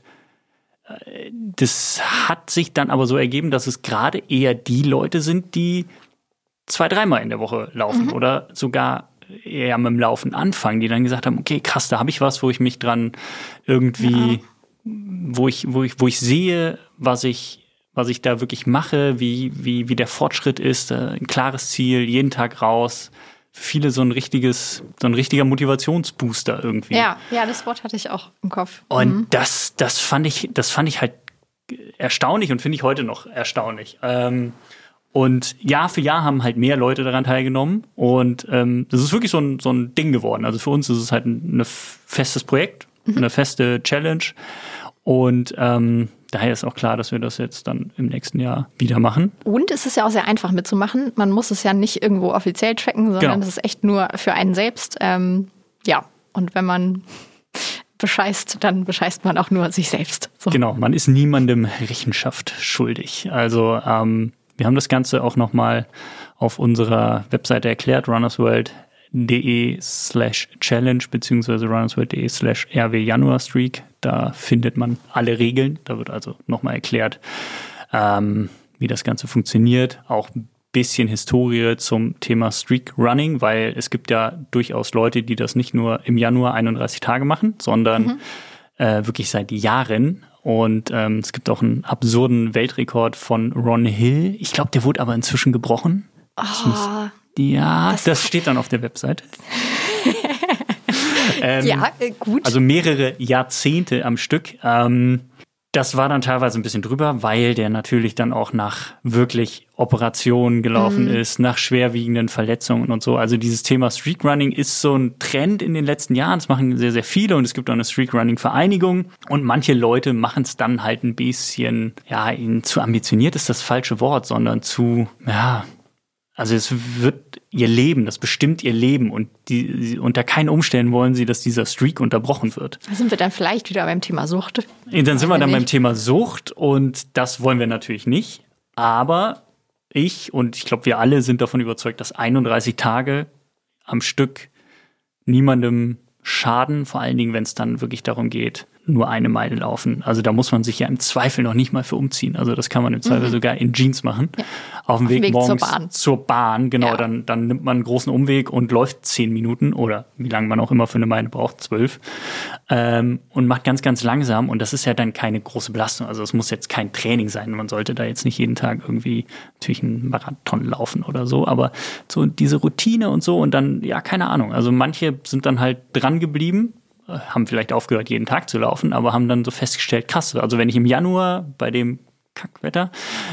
das hat sich dann aber so ergeben, dass es gerade eher die Leute sind, die 2, 3 Mal in der Woche laufen oder sogar eher mit dem Laufen anfangen, die dann gesagt haben, okay, krass, da habe ich was, wo ich mich dran irgendwie, wo ich sehe, was ich da wirklich mache, wie der Fortschritt ist, ein klares Ziel, jeden Tag raus. Viele so ein richtiger Motivationsbooster irgendwie. Ja, das Wort hatte ich auch im Kopf. Und das fand ich halt erstaunlich und finde ich heute noch erstaunlich. Und Jahr für Jahr haben halt mehr Leute daran teilgenommen und das ist wirklich so ein Ding geworden. Also für uns ist es halt ein festes Projekt, eine feste Challenge und daher ist auch klar, dass wir das jetzt dann im nächsten Jahr wieder machen. Und es ist ja auch sehr einfach mitzumachen. Man muss es ja nicht irgendwo offiziell tracken, sondern es ist echt nur für einen selbst. Und wenn man bescheißt, dann bescheißt man auch nur sich selbst. So. Genau, man ist niemandem Rechenschaft schuldig. Also wir haben das Ganze auch nochmal auf unserer Webseite erklärt, runnersworld.de/challenge beziehungsweise runnersworld.de/rw-Januarstreak. Da findet man alle Regeln. Da wird also nochmal erklärt, wie das Ganze funktioniert. Auch ein bisschen Historie zum Thema Streak Running, weil es gibt ja durchaus Leute, die das nicht nur im Januar 31 Tage machen, sondern wirklich seit Jahren. Und es gibt auch einen absurden Weltrekord von Ron Hill. Ich glaube, der wurde aber inzwischen gebrochen. Das steht dann auf der Webseite. Gut. Also mehrere Jahrzehnte am Stück. Das war dann teilweise ein bisschen drüber, weil der natürlich dann auch nach wirklich Operationen gelaufen ist, nach schwerwiegenden Verletzungen und so. Also dieses Thema Streakrunning ist so ein Trend in den letzten Jahren. Das machen sehr, sehr viele und es gibt auch eine Streakrunning-Vereinigung. Und manche Leute machen es dann halt ein bisschen, ja, zu ambitioniert ist das falsche Wort, sondern zu, ja, also es wird ihr Leben, das bestimmt ihr Leben und unter keinen Umständen wollen sie, dass dieser Streak unterbrochen wird. Da sind wir dann vielleicht wieder beim Thema Sucht. Dann sind wir dann beim Thema Sucht und das wollen wir natürlich nicht. Aber ich glaube, wir alle sind davon überzeugt, dass 31 Tage am Stück niemandem schaden, vor allen Dingen, wenn es dann wirklich darum geht, nur eine Meile laufen. Also da muss man sich ja im Zweifel noch nicht mal für umziehen. Also das kann man im Zweifel sogar in Jeans machen. Ja. Auf dem Weg morgens zur Bahn. Genau, ja. Dann nimmt man einen großen Umweg und läuft 10 Minuten oder wie lange man auch immer für eine Meile braucht, 12. Und macht ganz, ganz langsam. Und das ist ja dann keine große Belastung. Also es muss jetzt kein Training sein. Man sollte da jetzt nicht jeden Tag irgendwie natürlich einen Marathon laufen oder so. Aber so diese Routine und so und dann, ja, keine Ahnung. Also manche sind dann halt dran geblieben, haben vielleicht aufgehört, jeden Tag zu laufen, aber haben dann so festgestellt, krass, also wenn ich im Januar bei dem Kackwetter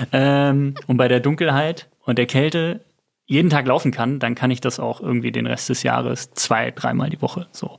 und bei der Dunkelheit und der Kälte jeden Tag laufen kann, dann kann ich das auch irgendwie den Rest des Jahres 2-3 Mal die Woche. So.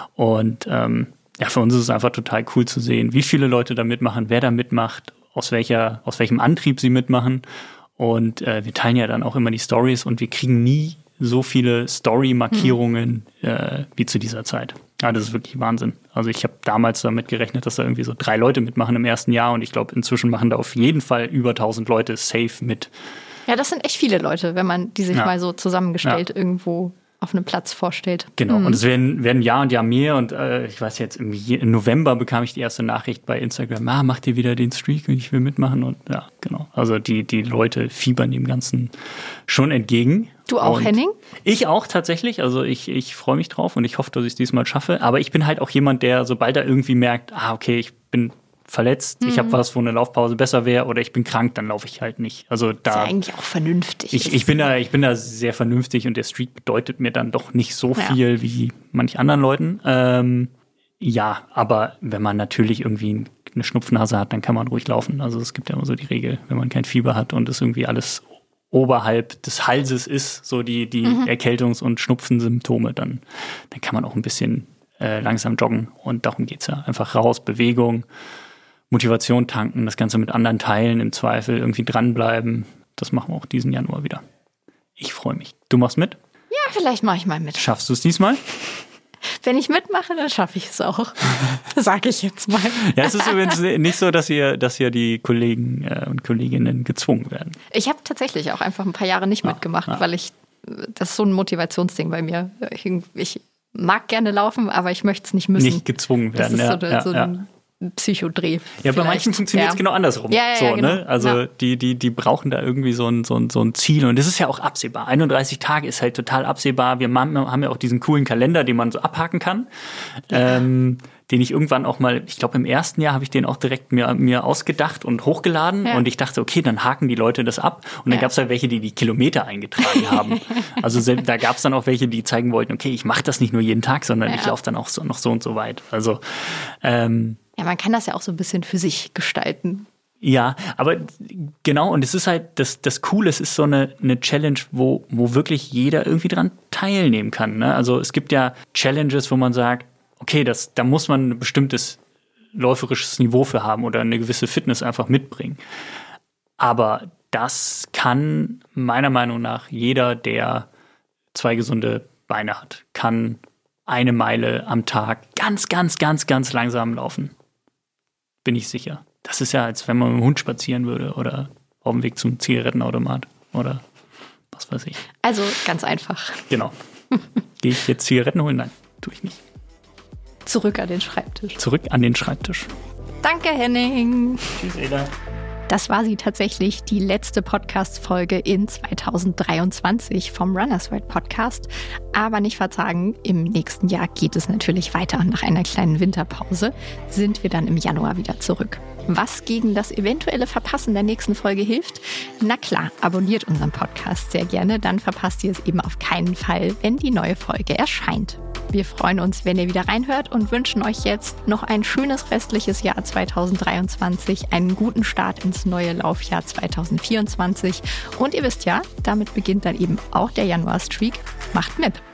Und ja, für uns ist es einfach total cool zu sehen, wie viele Leute da mitmachen, wer da mitmacht, aus welchem Antrieb sie mitmachen. Und wir teilen ja dann auch immer die Stories und wir kriegen nie so viele Story-Markierungen wie zu dieser Zeit. Ja, das ist wirklich Wahnsinn. Also ich habe damals damit gerechnet, dass da irgendwie so 3 Leute mitmachen im ersten Jahr und ich glaube, inzwischen machen da auf jeden Fall über 1000 Leute safe mit. Ja, das sind echt viele Leute, wenn man die sich mal so zusammengestellt irgendwo auf einem Platz vorstellt. Genau, und es werden Jahr und Jahr mehr und ich weiß jetzt, im November bekam ich die erste Nachricht bei Instagram, macht ihr wieder den Streak und ich will mitmachen und ja, genau. Also die Leute fiebern dem Ganzen schon entgegen. Du auch, und Henning? Ich auch tatsächlich, also ich freue mich drauf und ich hoffe, dass ich es diesmal schaffe, aber ich bin halt auch jemand, der sobald er irgendwie merkt, okay, ich bin verletzt, ich habe was, wo eine Laufpause besser wäre oder ich bin krank, dann laufe ich halt nicht. Also da ist ja eigentlich auch vernünftig. Ich bin da sehr vernünftig und der Streak bedeutet mir dann doch nicht so viel wie manch anderen Leuten. Ja, aber wenn man natürlich irgendwie eine Schnupfnase hat, dann kann man ruhig laufen. Also es gibt ja immer so die Regel, wenn man kein Fieber hat und es irgendwie alles oberhalb des Halses ist, so die Erkältungs- und Schnupfensymptome, dann kann man auch ein bisschen langsam joggen und darum geht's ja. Einfach raus, Bewegung, Motivation tanken, das Ganze mit anderen teilen, im Zweifel irgendwie dranbleiben. Das machen wir auch diesen Januar wieder. Ich freue mich. Du machst mit? Ja, vielleicht mache ich mal mit. Schaffst du es diesmal? Wenn ich mitmache, dann schaffe ich es auch. Sag ich jetzt mal. Ja, es ist übrigens nicht so, dass ihr die Kollegen und Kolleginnen gezwungen werden. Ich habe tatsächlich auch einfach ein paar Jahre nicht mitgemacht, weil das ist so ein Motivationsding bei mir. Ich mag gerne laufen, aber ich möchte es nicht müssen. Nicht gezwungen werden, das ist so ein Psychodreh. Ja, bei manchen funktioniert es genau andersrum. Ja, so, genau. Ne? Also die brauchen da irgendwie so ein Ziel und das ist ja auch absehbar. 31 Tage ist halt total absehbar. Wir haben ja auch diesen coolen Kalender, den man so abhaken kann. Ja. Den ich irgendwann auch mal, ich glaube im ersten Jahr habe ich den auch direkt mir ausgedacht und hochgeladen und ich dachte, okay, dann haken die Leute das ab und dann gab es halt welche, die Kilometer eingetragen haben. Also da gab es dann auch welche, die zeigen wollten, okay, ich mache das nicht nur jeden Tag, sondern ich laufe dann auch noch so und so weit. Also ja, man kann das ja auch so ein bisschen für sich gestalten. Ja, aber genau, und es ist halt das Coole, es ist so eine Challenge, wo wirklich jeder irgendwie dran teilnehmen kann. Ne? Also es gibt ja Challenges, wo man sagt, okay, da muss man ein bestimmtes läuferisches Niveau für haben oder eine gewisse Fitness einfach mitbringen. Aber das kann meiner Meinung nach jeder, der 2 gesunde Beine hat, kann 1 Meile am Tag ganz, ganz, ganz, ganz langsam laufen. Bin ich sicher. Das ist ja, als wenn man mit dem Hund spazieren würde oder auf dem Weg zum Zigarettenautomat oder was weiß ich. Also ganz einfach. Genau. Gehe ich jetzt Zigaretten holen? Nein, tue ich nicht. Zurück an den Schreibtisch. Zurück an den Schreibtisch. Danke, Henning. Tschüss, Eda. Das war sie tatsächlich, die letzte Podcast-Folge in 2023 vom Runner's World Podcast. Aber nicht verzagen, im nächsten Jahr geht es natürlich weiter. Nach einer kleinen Winterpause sind wir dann im Januar wieder zurück. Was gegen das eventuelle Verpassen der nächsten Folge hilft? Na klar, abonniert unseren Podcast sehr gerne, dann verpasst ihr es eben auf keinen Fall, wenn die neue Folge erscheint. Wir freuen uns, wenn ihr wieder reinhört und wünschen euch jetzt noch ein schönes restliches Jahr 2023, einen guten Start ins neue Laufjahr 2024. Und ihr wisst ja, damit beginnt dann eben auch der Januar-Streak. Macht mit!